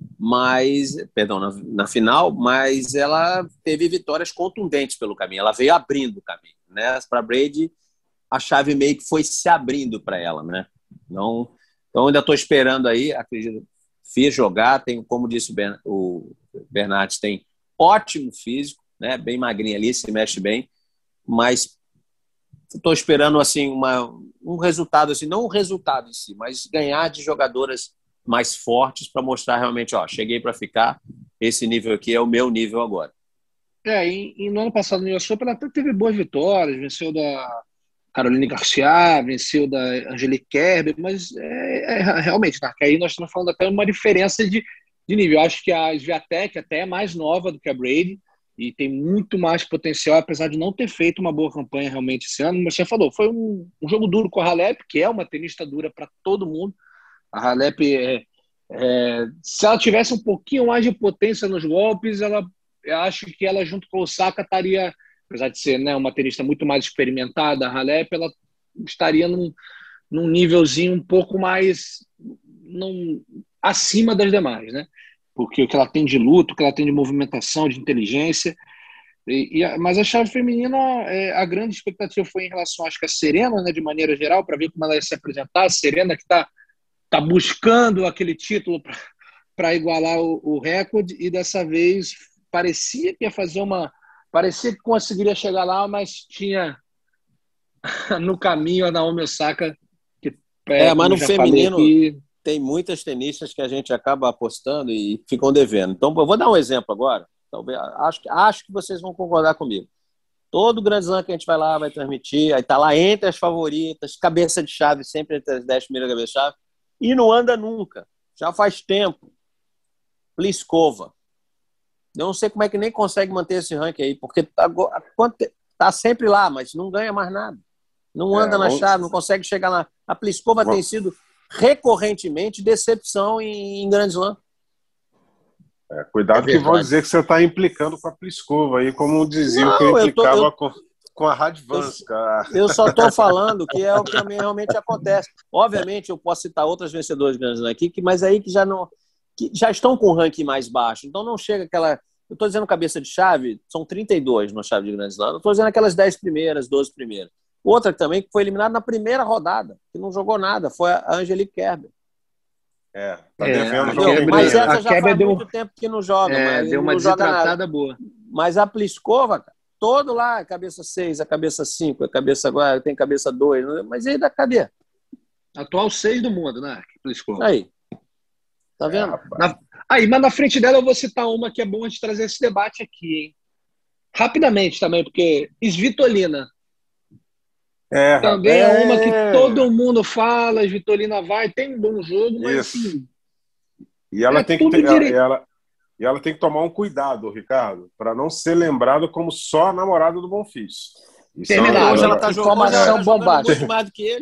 na final, mas ela teve vitórias contundentes pelo caminho, ela veio abrindo o caminho, né? Para a Brady, a chave meio que foi se abrindo para ela, né? Então ainda estou esperando aí, acredito, jogar, tem, como disse o Bernardes, tem ótimo físico, né? Bem magrinha ali, se mexe bem, mas estou esperando assim um resultado, assim, não um resultado em si, mas ganhar de jogadoras mais fortes para mostrar realmente, cheguei para ficar, esse nível aqui é o meu nível agora. E no ano passado no US Open ela até teve boas vitórias, venceu da Caroline Garcia, venceu da Angelique Kerber, mas realmente, tá? Aí nós estamos falando até uma diferença de nível. Eu acho que a Swiatek até é mais nova do que a Brady e tem muito mais potencial, apesar de não ter feito uma boa campanha realmente esse ano. Mas você falou, foi um jogo duro com a Halep, que é uma tenista dura para todo mundo. A Halep, se ela tivesse um pouquinho mais de potência nos golpes, eu acho que ela, junto com o Osaka, estaria... Apesar de ser, né, uma tenista muito mais experimentada, a Halep, ela estaria num nívelzinho um pouco mais acima das demais, né? Porque o que ela tem de luta, o que ela tem de movimentação, de inteligência. Mas a chave feminina, a grande expectativa foi em relação, acho que a Serena, né, de maneira geral, para ver como ela ia se apresentar. A Serena que está buscando aquele título para igualar o recorde, e dessa vez parecia que ia fazer parecia que conseguiria chegar lá, mas tinha no caminho a Naomi Osaka. Mas no feminino tem muitas tenistas que a gente acaba apostando e ficam devendo. Então, eu vou dar um exemplo agora. Talvez, acho que vocês vão concordar comigo. Todo Grand Slam que a gente vai lá, vai transmitir, aí está lá entre as favoritas, cabeça de chave, sempre entre as 10 primeiras cabeças de chave, e não anda nunca. Já faz tempo. Pliskova. Eu não sei como é que nem consegue manter esse ranking aí, porque tá sempre lá, mas não ganha mais nada. Não anda na chave, não consegue chegar lá. A Pliskova tem sido recorrentemente decepção em Grand Slam. Cuidado que vão dizer que você está implicando com a Pliskova aí, como diziam que eu implicava com... com a Radvans, cara. Eu só estou falando que é o que realmente acontece. Obviamente, eu posso citar outras vencedoras grandes aqui, mas aí que já estão com o ranking mais baixo. Então não chega aquela... Eu estou dizendo cabeça de chave, são 32 no chave de Grand Slam. Eu estou dizendo aquelas 10 primeiras, 12 primeiras. Outra também que foi eliminada na primeira rodada, que não jogou nada, foi a Angelique Kerber. Tá devendo mas jogo. essa já faz muito tempo que não joga. Mas deu uma desidratada boa. Mas a Pliskova, cara, todo lá, a cabeça 6, a cabeça 5, a cabeça agora tem cabeça 2. Mas e aí, cadê? Atual 6 do mundo, né? Pliskova. Aí. Tá vendo? Mas na frente dela eu vou citar uma que é bom de trazer esse debate aqui, hein? Rapidamente também, porque Svitolina. Também é uma que todo mundo fala, Svitolina vai, tem um bom jogo, mas assim... E ela tem que ela tem que tomar um cuidado, Ricardo, para não ser lembrada como só a namorada do Bonfils. Terminaram. Hoje ela tá jogando muito mais do que ele.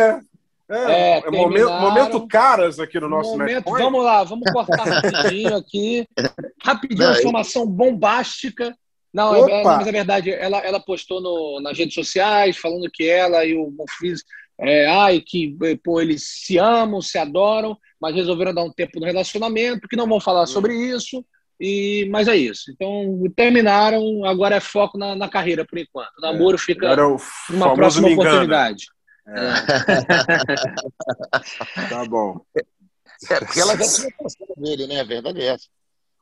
Momento caras aqui no nosso momento. Vamos lá, vamos cortar rapidinho aqui. Rapidinho, uma informação bombástica. Mas é verdade, ela postou nas redes sociais falando que ela e o Bonfils eles se amam, se adoram, mas resolveram dar um tempo no relacionamento, que não vão falar sobre isso, mas é isso. Então, terminaram, agora é foco na carreira, por enquanto. O namoro fica numa próxima oportunidade. Tá bom. Porque ela já tinha pensado nele, né? A verdade é essa.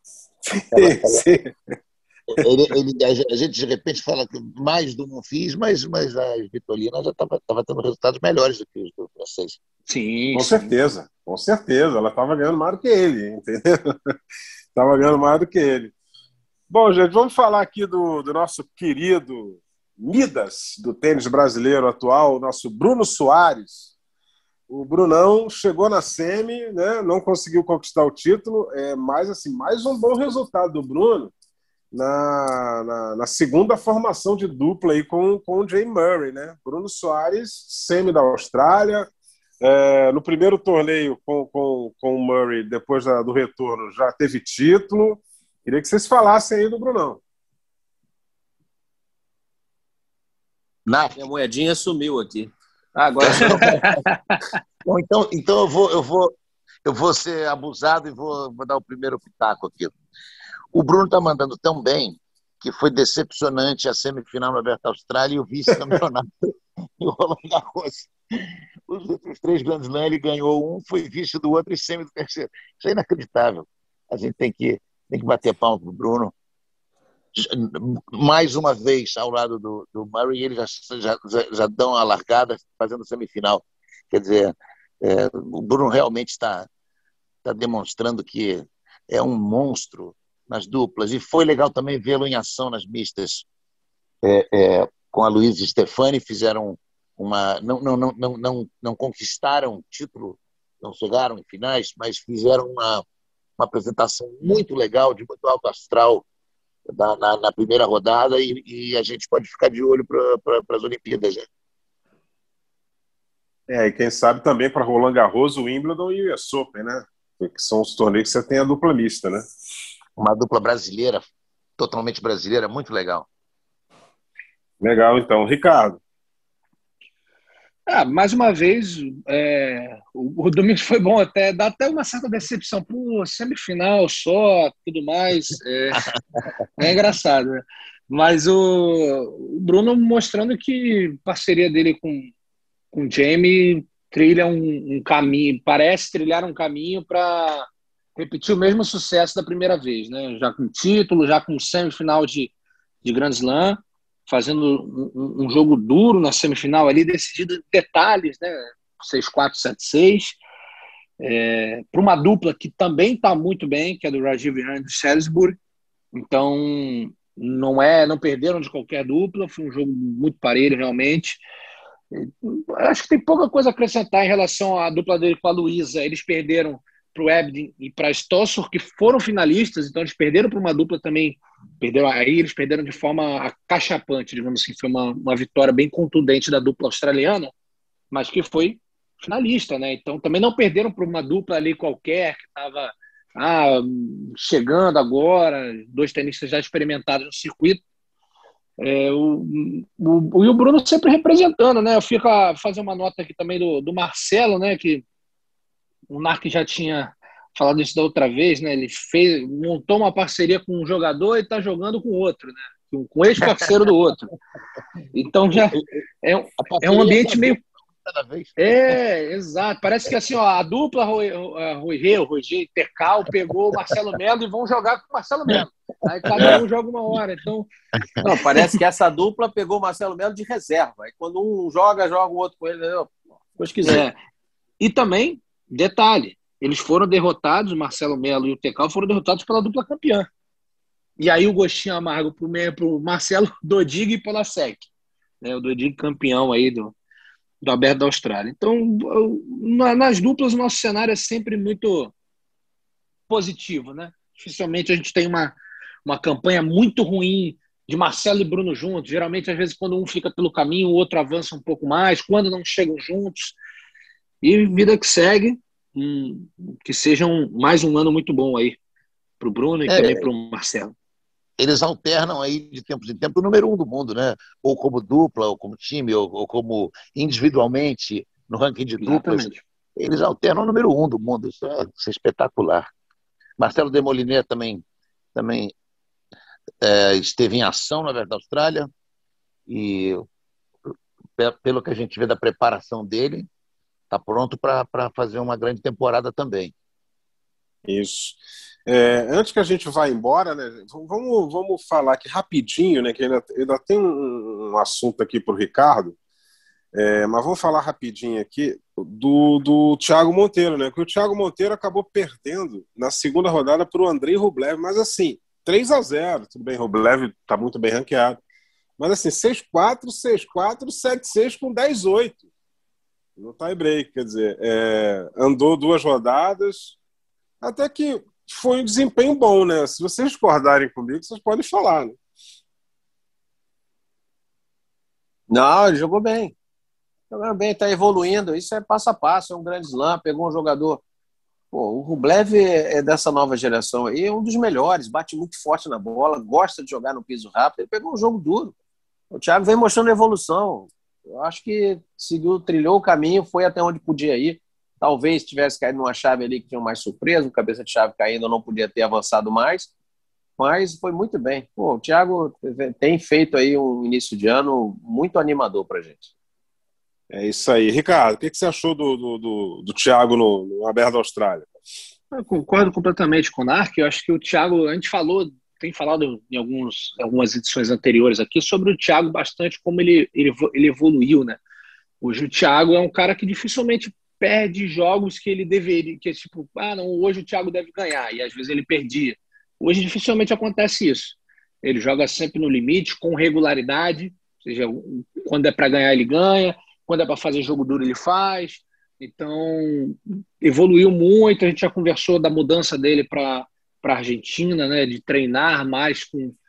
A gente, de repente, fala mais do Monfils, mas a Svitolina já estava tendo resultados melhores do que os do francês. Sim, com certeza. Ela estava ganhando mais do que ele, entendeu? Estava ganhando mais do que ele. Bom, gente, vamos falar aqui do nosso querido Midas, do tênis brasileiro atual, o nosso Bruno Soares. O Brunão chegou na semi, né? Não conseguiu conquistar o título, mas assim, mais um bom resultado do Bruno na segunda formação de dupla aí com o Jay Murray, né? Bruno Soares, semi da Austrália. No primeiro torneio com o Murray, depois do retorno, já teve título. Queria que vocês falassem aí do Brunão. Minha moedinha sumiu aqui. Agora Bom, então eu vou ser abusado e vou dar o primeiro pitaco aqui. O Bruno está mandando tão bem que foi decepcionante a semifinal no Aberto Austrália e o vice-campeonato e o Roland Garros. Os outros 3 Grand Slam ele ganhou um, foi vice do outro e semi do terceiro. Isso é inacreditável. A gente tem que bater palma pro Bruno. Mais uma vez ao lado do Murray, ele já dão a largada fazendo semifinal. Quer dizer, o Bruno realmente está demonstrando que é um monstro nas duplas, e foi legal também vê-lo em ação nas mistas. Com a Luísa Stefani fizeram não conquistaram título, não chegaram em finais, mas fizeram uma apresentação muito legal, de muito alto astral na primeira rodada, e a gente pode ficar de olho para as Olimpíadas, né? E quem sabe também para Roland Garros, o Wimbledon e o US Open, né? Que são os torneios que você tem a dupla mista, né? Uma dupla brasileira, totalmente brasileira, muito legal. Legal, então. Ricardo. Mais uma vez, o domingo foi bom, dá até uma certa decepção. Semifinal só, tudo mais. É engraçado, né? Mas o Bruno mostrando que a parceria dele com o Jamie trilha um caminho, parece trilhar um caminho para repetir o mesmo sucesso da primeira vez, né? Já com título, já com semifinal de Grand Slam, fazendo um jogo duro na semifinal ali, decidido em detalhes, né? 6-4, 7-6. Para uma dupla que também está muito bem, que é do Rajiv Ram e do Salisbury. Então, não perderam de qualquer dupla, foi um jogo muito parelho, realmente. Acho que tem pouca coisa a acrescentar em relação à dupla dele com a Luísa. Eles perderam para o Ebden e para a Stossur, que foram finalistas, então eles perderam para uma dupla também, eles perderam de forma acachapante, digamos assim, foi uma vitória bem contundente da dupla australiana, mas que foi finalista, né? Então também não perderam para uma dupla ali qualquer, que estava chegando agora, 2 tenistas já experimentados no circuito. E o Bruno sempre representando, né? Eu fico a fazer uma nota aqui também do Marcelo, né? Que o Narc já tinha falado isso da outra vez, né? Ele montou uma parceria com um jogador e está jogando com outro, né? Com o ex-parceiro do outro. Então já é um ambiente meio. Cada vez. Exato. Parece que assim, ó, a dupla Roger e Tercal pegou o Marcelo Melo e vão jogar com o Marcelo Melo. Aí cada um joga uma hora. Então, não, parece que essa dupla pegou o Marcelo Melo de reserva. E quando um joga o outro com ele. Ficou esquisito. E também, detalhe, eles foram derrotados, o Marcelo Melo e o Tercal foram derrotados pela dupla campeã. E aí o gostinho amargo pro Marcelo Dodig e Polasek. Né? O Dodig campeão aí do Aberto da Austrália. Então, nas duplas, o nosso cenário é sempre muito positivo, né? Dificilmente a gente tem uma campanha muito ruim de Marcelo e Bruno juntos. Geralmente, às vezes, quando um fica pelo caminho, o outro avança um pouco mais, quando não chegam juntos. E vida que segue, que seja mais um ano muito bom aí para o Bruno e também para o Marcelo. Eles alternam aí de tempos em tempos o número 1 do mundo, né? Ou como dupla, ou como time, ou como individualmente no ranking de duplas. Exatamente. Eles alternam o número 1 do mundo. Isso é espetacular. Marcelo Demoliner também esteve em ação na Aberto da Austrália e pelo que a gente vê da preparação dele, está pronto para fazer uma grande temporada também. Isso. Antes que a gente vá embora, né, vamos falar aqui rapidinho, né, que ainda tem um assunto aqui para o Ricardo, mas vamos falar rapidinho aqui do Thiago Monteiro, né, que o Thiago Monteiro acabou perdendo na segunda rodada para o Andrei Rublev, mas assim, 3-0, tudo bem, Rublev está muito bem ranqueado, mas assim, 6-4, 6-4, 7-6 com 10-8 no tie-break, quer dizer, andou 2 rodadas, até que foi um desempenho bom, né? Se vocês discordarem comigo, vocês podem falar, né? Não, ele jogou bem. Jogando bem, está evoluindo. Isso é passo a passo, é um grande slam, pegou um jogador. Pô, o Rublev é dessa nova geração aí, é um dos melhores, bate muito forte na bola, gosta de jogar no piso rápido, ele pegou um jogo duro. O Thiago vem mostrando evolução. Eu acho que trilhou o caminho, foi até onde podia ir. Talvez tivesse caído numa chave ali que tinha mais surpresa, um cabeça de chave caindo, não podia ter avançado mais, mas foi muito bem. Pô, o Thiago tem feito aí um início de ano muito animador pra gente. É isso aí. Ricardo, o que você achou do Thiago no Aberto da Austrália? Eu concordo completamente com o Narc. Eu acho que o Thiago, a gente tem falado em algumas edições anteriores aqui sobre o Thiago bastante, como ele evoluiu, né? Hoje o Thiago é um cara que dificilmente perde jogos que ele deveria, que é tipo, não, hoje o Thiago deve ganhar, e às vezes ele perdia. Hoje dificilmente acontece isso. Ele joga sempre no limite, com regularidade, ou seja, quando é para ganhar ele ganha, quando é para fazer jogo duro ele faz. Então, evoluiu muito, a gente já conversou da mudança dele para a Argentina, né, de treinar mais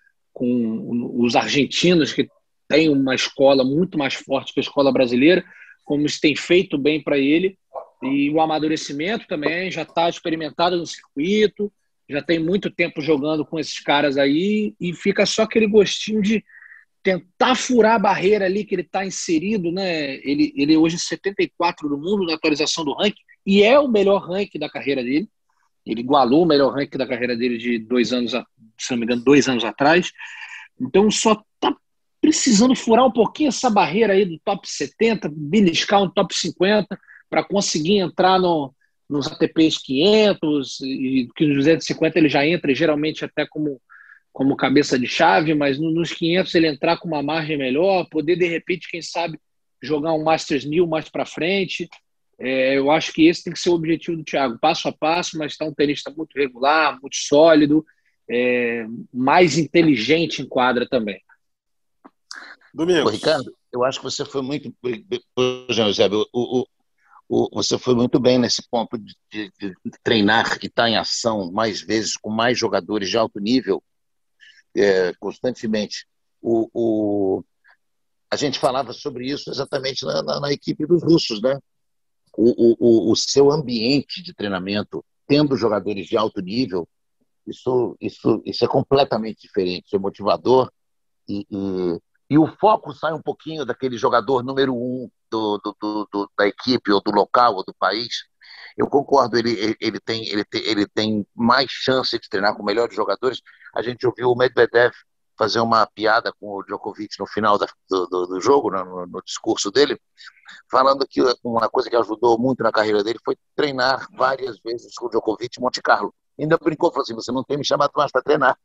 com os argentinos, que tem uma escola muito mais forte que a escola brasileira, como isso tem feito bem para ele. E o amadurecimento também, já está experimentado no circuito, já tem muito tempo jogando com esses caras aí, e fica só aquele gostinho de tentar furar a barreira ali que ele está inserido, né? Ele hoje é 74 do mundo na atualização do ranking, e é o melhor ranking da carreira dele. Ele igualou o melhor ranking da carreira dele de 2 anos, se não me engano, 2 anos atrás. Então só está precisando furar um pouquinho essa barreira aí do top 70, beliscar um top 50, para conseguir entrar nos ATPs 500, e que nos 250 ele já entra, geralmente até como cabeça de chave, mas nos 500 ele entrar com uma margem melhor, poder, de repente, quem sabe, jogar um Masters 1000 mais para frente. Eu acho que esse tem que ser o objetivo do Thiago, passo a passo, mas está um tenista muito regular, muito sólido, mais inteligente em quadra também. Domingos. Ricardo, eu acho que você foi muito... Eusébio, você foi muito bem nesse ponto de treinar e estar em ação mais vezes com mais jogadores de alto nível, constantemente. A gente falava sobre isso exatamente na equipe dos russos, né? O seu ambiente de treinamento, tendo jogadores de alto nível, isso é completamente diferente, isso é motivador, E o foco sai um pouquinho daquele jogador número um da equipe, ou do local, ou do país. Eu concordo, ele tem mais chance de treinar com melhores jogadores. A gente ouviu o Medvedev fazer uma piada com o Djokovic no final do jogo, no discurso dele, falando que uma coisa que ajudou muito na carreira dele foi treinar várias vezes com o Djokovic em Monte Carlo. Ainda brincou, falou assim, você não tem me chamado mais para treinar.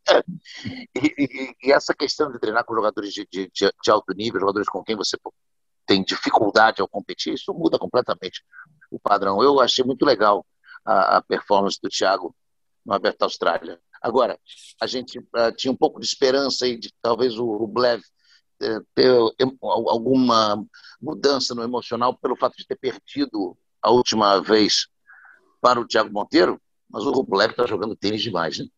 E essa questão de treinar com jogadores de alto nível, jogadores com quem você tem dificuldade ao competir, isso muda completamente o padrão. Eu achei muito legal a performance do Thiago no Aberto da Austrália. Agora, a gente tinha um pouco de esperança aí de talvez o Rublev ter alguma mudança no emocional pelo fato de ter perdido a última vez para o Thiago Monteiro, mas o Rublev está jogando tênis demais, né?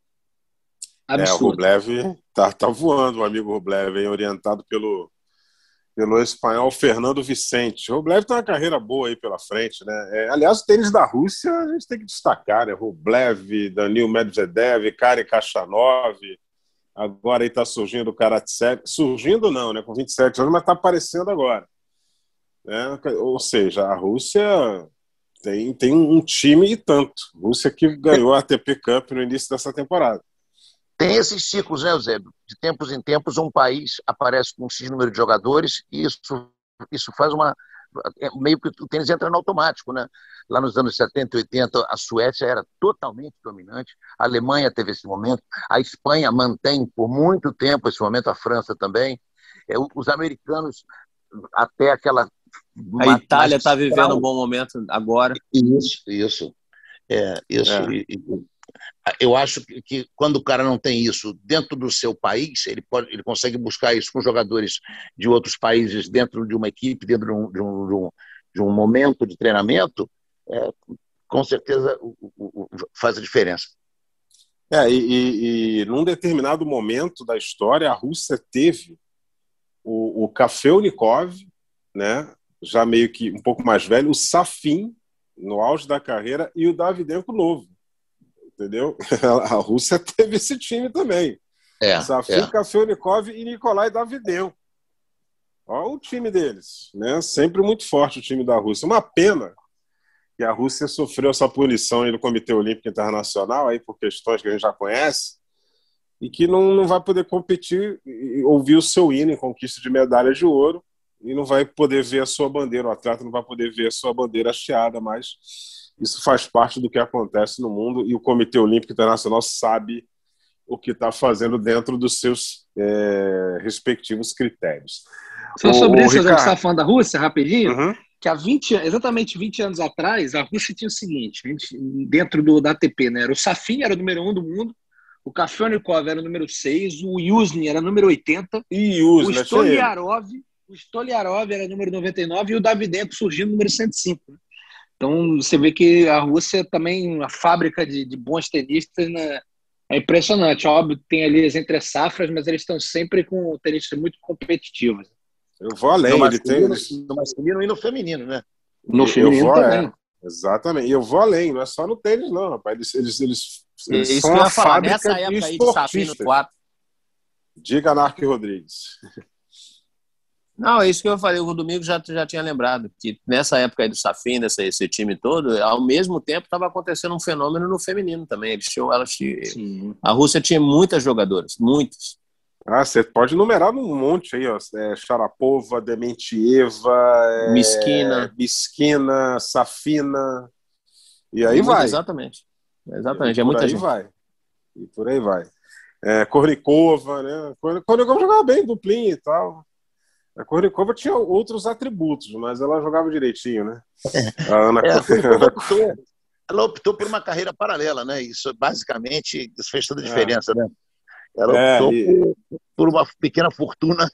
O Rublev tá voando, o amigo Rublev, hein, orientado pelo espanhol Fernando Vicente. O Rublev tem uma carreira boa aí pela frente, né? Aliás, o tênis da Rússia a gente tem que destacar, né? Rublev, Danil Medvedev, Karen Khachanov, agora aí tá surgindo o Karatsev. Surgindo não, né? Com 27 anos, mas tá aparecendo agora. Né? Ou seja, a Rússia tem um time e tanto. Rússia que ganhou a ATP Cup no início dessa temporada. Tem esses ciclos, né, Eusébio? De tempos em tempos, um país aparece com um X número de jogadores e isso faz meio que o tênis entra no automático, né? Lá nos anos 70 e 80, a Suécia era totalmente dominante, a Alemanha teve esse momento, a Espanha mantém por muito tempo esse momento, a França também. Os americanos, até aquela... A Itália está vivendo um bom momento agora. Isso. Eu acho que quando o cara não tem isso dentro do seu país, ele consegue buscar isso com jogadores de outros países dentro de uma equipe, dentro de um momento de treinamento, com certeza faz a diferença. E num determinado momento da história, a Rússia teve o Kafelnikov, né, já meio que um pouco mais velho, o Safin, no auge da carreira, e o Davydenko novo. Entendeu? A Rússia teve esse time também. Safin, Kafelnikov e Nikolai Davydenko. Olha o time deles, né? Sempre muito forte o time da Rússia. Uma pena que a Rússia sofreu essa punição aí no Comitê Olímpico Internacional, aí por questões que a gente já conhece, e que não vai poder competir e ouvir o seu hino em conquista de medalha de ouro, e não vai poder ver a sua bandeira, o atleta não vai poder ver a sua bandeira hasteada, mas isso faz parte do que acontece no mundo e o Comitê Olímpico Internacional sabe o que está fazendo dentro dos seus respectivos critérios. Só sobre isso, Ricardo, você está falando da Rússia, rapidinho, uhum. Que há exatamente 20 anos atrás, a Rússia tinha o seguinte, dentro da ATP, né? O Safin era o número 1 do mundo, o Kafelnikov era o número 6, o Yuzny era o número 80, o Stoliarov era o número 99 e o Davydenko surgiu no número 105. Né? Então, você vê que a Rússia também, a fábrica de bons tenistas, né, é impressionante. Óbvio, tem ali as entre-safras, mas eles estão sempre com tenistas muito competitivos. Eu vou além. No masculino e no feminino, né? No feminino também. Exatamente. E eu vou além, não é só no tênis, não, rapaz. Eles são uma fábrica nessa época aí de Safin no 4. Diga, Anarque Rodrigues. Não, é isso que eu falei, o Domingos já tinha lembrado, que nessa época aí do Safin, esse time todo, ao mesmo tempo estava acontecendo um fenômeno no feminino também. A Rússia tinha muitas jogadoras, muitas. Você pode numerar um monte aí, ó. Sharapova, Dementieva, Miskina, Safina, e aí vai. Exatamente, é muita gente. E por aí vai. Kornikova, né? Kornikova jogava bem, duplinha e tal. A Kornikova tinha outros atributos, mas ela jogava direitinho, né? Ela optou por uma carreira paralela, né? Isso basicamente fez toda a diferença, né? Ela optou por uma pequena fortuna.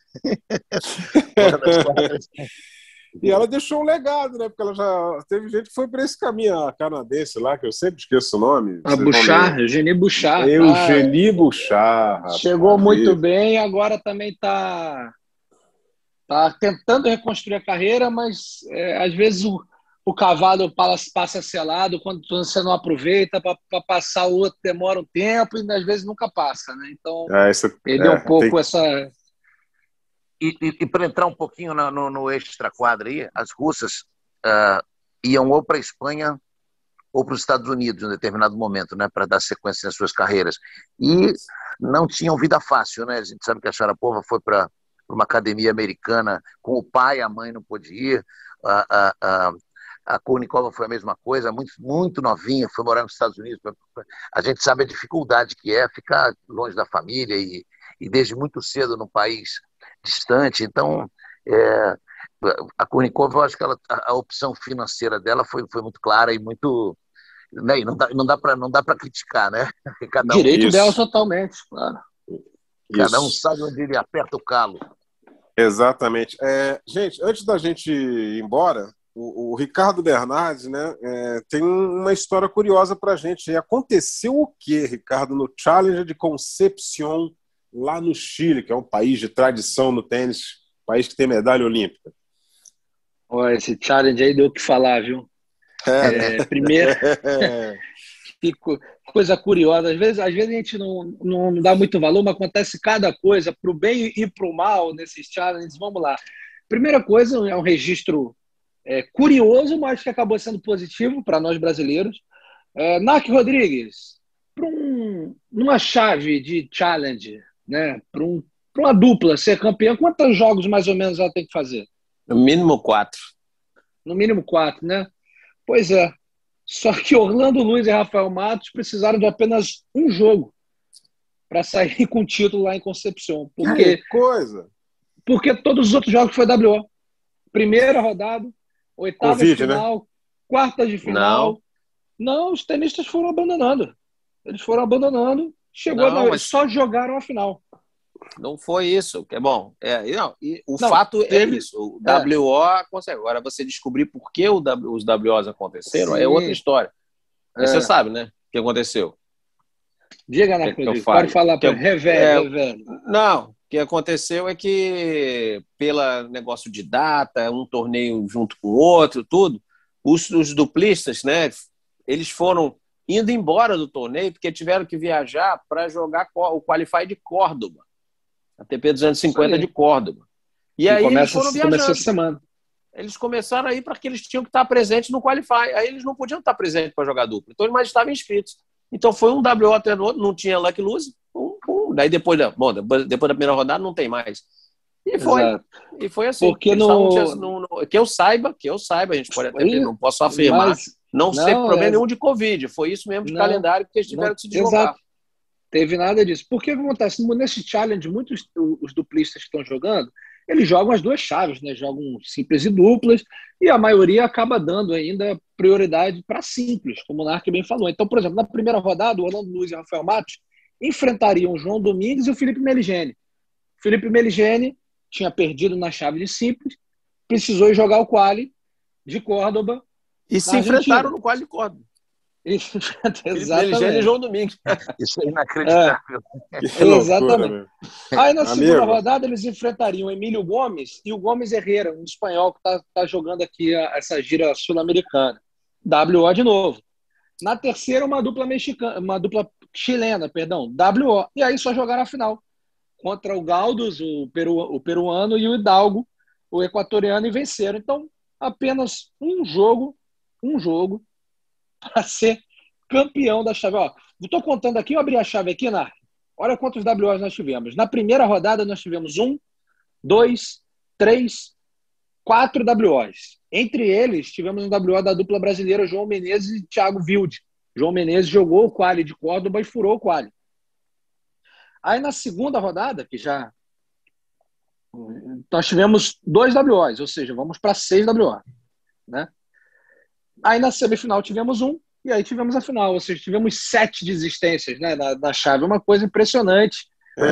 E ela deixou um legado, né? Porque ela já teve gente que foi para esse caminho, a canadense lá, que eu sempre esqueço o nome. A Bouchard, Eugénie Bouchard. Eugénie Bouchard. Chegou muito bem, agora também está tentando reconstruir a carreira, mas às vezes o cavalo passa selado, quando você não aproveita, para passar o outro demora um tempo e às vezes nunca passa, né? Então, ele é um pouco essa... E para entrar um pouquinho no extra-quadra aí, as russas iam ou para a Espanha ou para os Estados Unidos em um determinado momento, né, para dar sequência nas suas carreiras. E não tinham vida fácil, né? A gente sabe que a Sharapova foi para uma academia americana com o pai, a mãe não pôde ir. A Kournikova foi a mesma coisa, muito, muito novinha, foi morar nos Estados Unidos. A gente sabe a dificuldade que é ficar longe da família e desde muito cedo num país distante. Então, a Kournikova, eu acho que a opção financeira dela foi muito clara e muito... Né? E não dá para criticar, né? Direito dela totalmente, claro. Cada um sabe onde ele aperta o calo. Exatamente. Gente, antes da gente ir embora, o Ricardo Bernardes, né, tem uma história curiosa para a gente. Aconteceu o quê, Ricardo, no Challenger de Concepción, lá no Chile, que é um país de tradição no tênis, país que tem medalha olímpica? Olha, esse Challenger aí deu o que falar, viu? Primeiro, que coisa curiosa. Às vezes a gente não dá muito valor, mas acontece cada coisa, para o bem e para o mal, nesses challenges. Vamos lá. Primeira coisa, é um registro curioso, mas que acabou sendo positivo para nós brasileiros. Narc Rodrigues, numa chave de challenge, né, para uma dupla ser campeã, quantos jogos mais ou menos ela tem que fazer? No mínimo 4. No mínimo 4, né? Pois é. Só que Orlando Luiz e Rafael Matos precisaram de apenas um jogo para sair com o título lá em Concepción. Que coisa! Porque todos os outros jogos foi WO. Primeira rodada, oitava de final, né? Quartas de final. Não, os tenistas foram abandonando. Eles foram abandonando. Mas só jogaram a final. Não foi isso, que é bom. Fato é isso. O WO consegue. Agora, você descobrir por que os WOs aconteceram, Sim. É outra história. Mas você sabe, né? O que aconteceu. Diga, né, pode falar para revele. Não, o que aconteceu é que, pelo negócio de data, um torneio junto com o outro, tudo, os duplistas, né? Eles foram indo embora do torneio porque tiveram que viajar para jogar o Qualify de Córdoba. A TP 250 de Córdoba. E aí eles foram viajando. Começou essa semana. Eles começaram aí porque eles tinham que estar presentes no Qualify. Aí eles não podiam estar presentes para jogar dupla. Então eles estavam inscritos. Então foi um WO atrás do outro, não tinha lucky lose. Daí depois da primeira rodada não tem mais. E foi. Exato. E foi assim. Porque que eu saiba, a gente pode até ver, não posso afirmar. Não teve problema nenhum de Covid. Foi isso mesmo de calendário que eles tiveram que se deslocar. Exato. Teve nada disso. Porque o que acontece? Nesse challenge, muitos os duplistas que estão jogando, eles jogam as duas chaves, né? Jogam simples e duplas, e a maioria acaba dando ainda prioridade para simples, como o Narc bem falou. Então, por exemplo, na primeira rodada, o Orlando Luiz e o Rafael Matos enfrentariam o João Domingues e o Felipe Meligeni. O Felipe Meligeni tinha perdido na chave de simples, precisou jogar o quali de Córdoba. E se enfrentaram no quali de Córdoba. Exatamente. E João Domingues. Isso é inacreditável. Exatamente. Aí na segunda rodada eles enfrentariam o Emílio Gomes e o Gomes Herrera, um espanhol que está jogando aqui essa gira sul-americana. WO de novo. Na terceira, uma dupla chilena, WO. E aí só jogaram a final. Contra o Galdus, o peruano, e o Hidalgo, o equatoriano, e venceram. Então, apenas um jogo para ser campeão da chave. Estou contando aqui, eu abri a chave aqui, Narc. Olha quantos WOs nós tivemos. Na primeira rodada, nós tivemos 1, 2, 3, 4 WOs. Entre eles, tivemos um WO da dupla brasileira João Menezes e Thiago Wilde. João Menezes jogou o quali de Córdoba e furou o quali. Aí, na segunda rodada, que já... nós tivemos 2 WOs, ou seja, vamos para 6 WOs. Né? Aí na semifinal tivemos 1, e aí tivemos a final, ou seja, tivemos 7 desistências, né, na chave, uma coisa impressionante.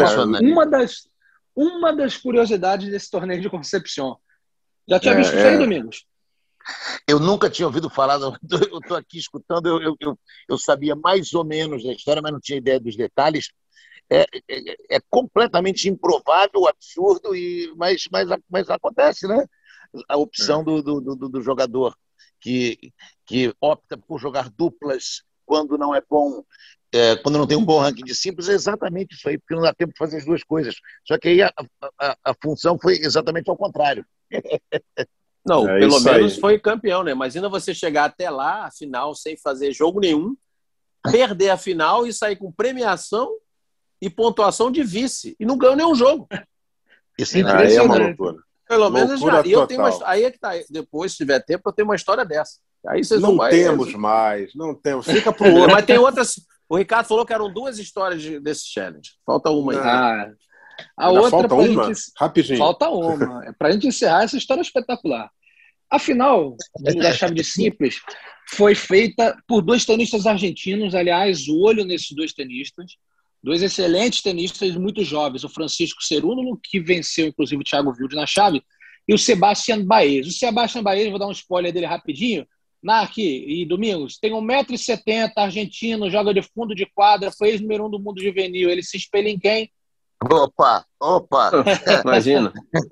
Uma das curiosidades desse torneio de Concepción. Já tinha visto isso aí, Domingos? Eu nunca tinha ouvido falar, eu estou aqui escutando, eu sabia mais ou menos da história, mas não tinha ideia dos detalhes. É completamente improvável, absurdo, mas acontece, né? A opção do jogador que opta por jogar duplas quando não é bom, quando não tem um bom ranking de simples, é exatamente isso aí, porque não dá tempo de fazer as duas coisas. Só que aí a função foi exatamente ao contrário. Não, pelo menos foi campeão, né? Imagina você chegar até lá, a final, sem fazer jogo nenhum, perder a final e sair com premiação e pontuação de vice. E não ganhou nenhum jogo. Isso aí é uma loucura. Pelo menos loucura já. E eu tenho total. aí é que tá. Depois, se tiver tempo, eu tenho uma história dessa. Aí vocês Não vão temos mais, não temos. Fica pro outro. Mas tem outras. O Ricardo falou que eram 2 histórias desse challenge. Falta uma aí. A Ainda outra falta uma? gente... Rapidinho. Falta uma. Para a gente encerrar essa história espetacular. A final da chave de simples foi feita por 2 tenistas argentinos. Aliás, o olho nesses 2 tenistas. 2 excelentes tenistas muito jovens. O Francisco Cerúndolo, que venceu, inclusive, o Thiago Wilde na chave, e o Sebastián Baez. O Sebastián Baez, vou dar um spoiler dele rapidinho. Narc e Domingos, tem 1,70 m, argentino, joga de fundo de quadra, foi ex-número 1 do mundo juvenil. Ele se espelha em quem? Opa! Imagina.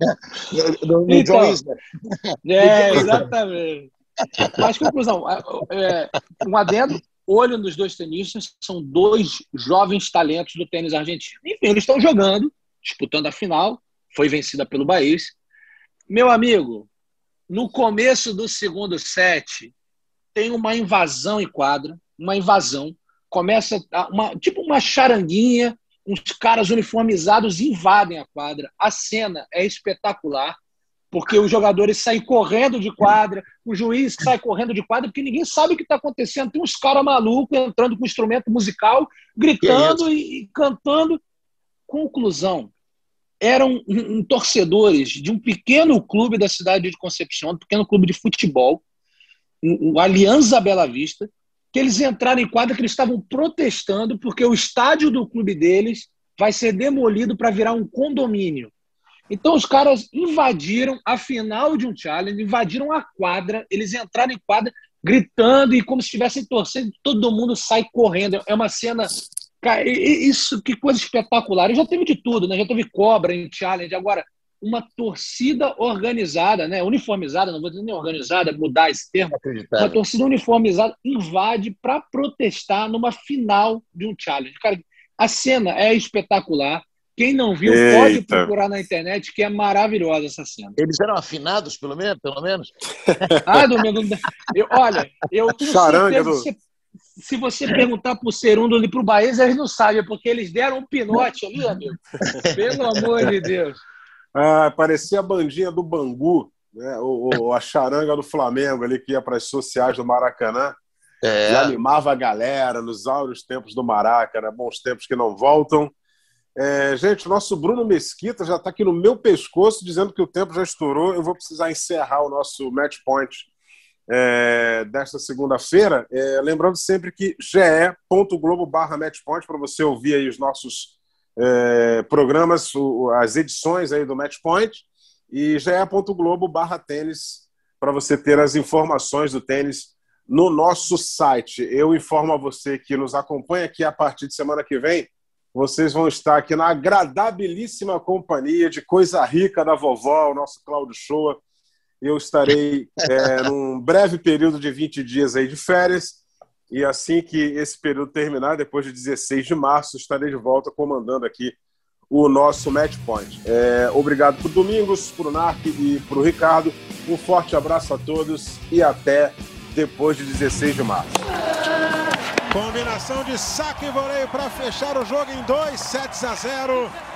No Então, John Isner. Exatamente. Mas, conclusão, um adendo, olho nos 2 tenistas, são 2 jovens talentos do tênis argentino. Enfim, eles estão jogando, disputando a final, foi vencida pelo Baez. Meu amigo, no começo do segundo set, tem uma invasão em quadra, uma invasão, começa tipo uma charanguinha, uns caras uniformizados invadem a quadra. A cena é espetacular, porque os jogadores saem correndo de quadra, o juiz sai correndo de quadra, porque ninguém sabe o que está acontecendo. Tem uns caras malucos entrando com instrumento musical, gritando e cantando. Conclusão, eram torcedores de um pequeno clube da cidade de Concepción, um pequeno clube de futebol, o Alianza Bela Vista, que eles entraram em quadra, que eles estavam protestando porque o estádio do clube deles vai ser demolido para virar um condomínio. Então os caras invadiram a final de um challenge, invadiram a quadra, eles entraram em quadra gritando e como se estivessem torcendo, todo mundo sai correndo. É uma cena... Cara, isso, que coisa espetacular. Já teve de tudo, né? Já teve cobra em challenge. Agora, uma torcida organizada, né? Uniformizada, não vou dizer nem organizada, mudar esse termo. Uma torcida uniformizada invade para protestar numa final de um challenge. Cara, a cena é espetacular. Quem não viu, pode procurar na internet, que é maravilhosa essa cena. Eles eram afinados, pelo menos? Domingo... Olha, eu tenho certeza que se você perguntar pro Cerúndolo e pro Baez, eles não sabem, porque eles deram um pinote ali, amigo. Pelo amor de Deus. Parecia a bandinha do Bangu, né? A charanga do Flamengo ali, que ia para as sociais do Maracanã. E animava a galera nos áureos tempos do Maracanã, bons tempos que não voltam. Gente, o nosso Bruno Mesquita já está aqui no meu pescoço, dizendo que o tempo já estourou. Eu vou precisar encerrar o nosso Match Point desta segunda-feira, lembrando sempre que ge.globo/matchpoint para você ouvir aí os nossos programas, as edições aí do Match Point, e ge.globo/tênis para você ter as informações do tênis no nosso site. Eu informo a você que nos acompanha aqui a partir de semana que vem, vocês vão estar aqui na agradabilíssima companhia de Coisa Rica da vovó, o nosso Cláudio Shoa. Eu estarei num breve período de 20 dias aí de férias, e assim que esse período terminar, depois de 16 de março, estarei de volta comandando aqui o nosso Match Point. Obrigado por Domingos, por Narc e por Ricardo. Um forte abraço a todos e até depois de 16 de março. Combinação de saque e voleio para fechar o jogo em 2 sets a 0.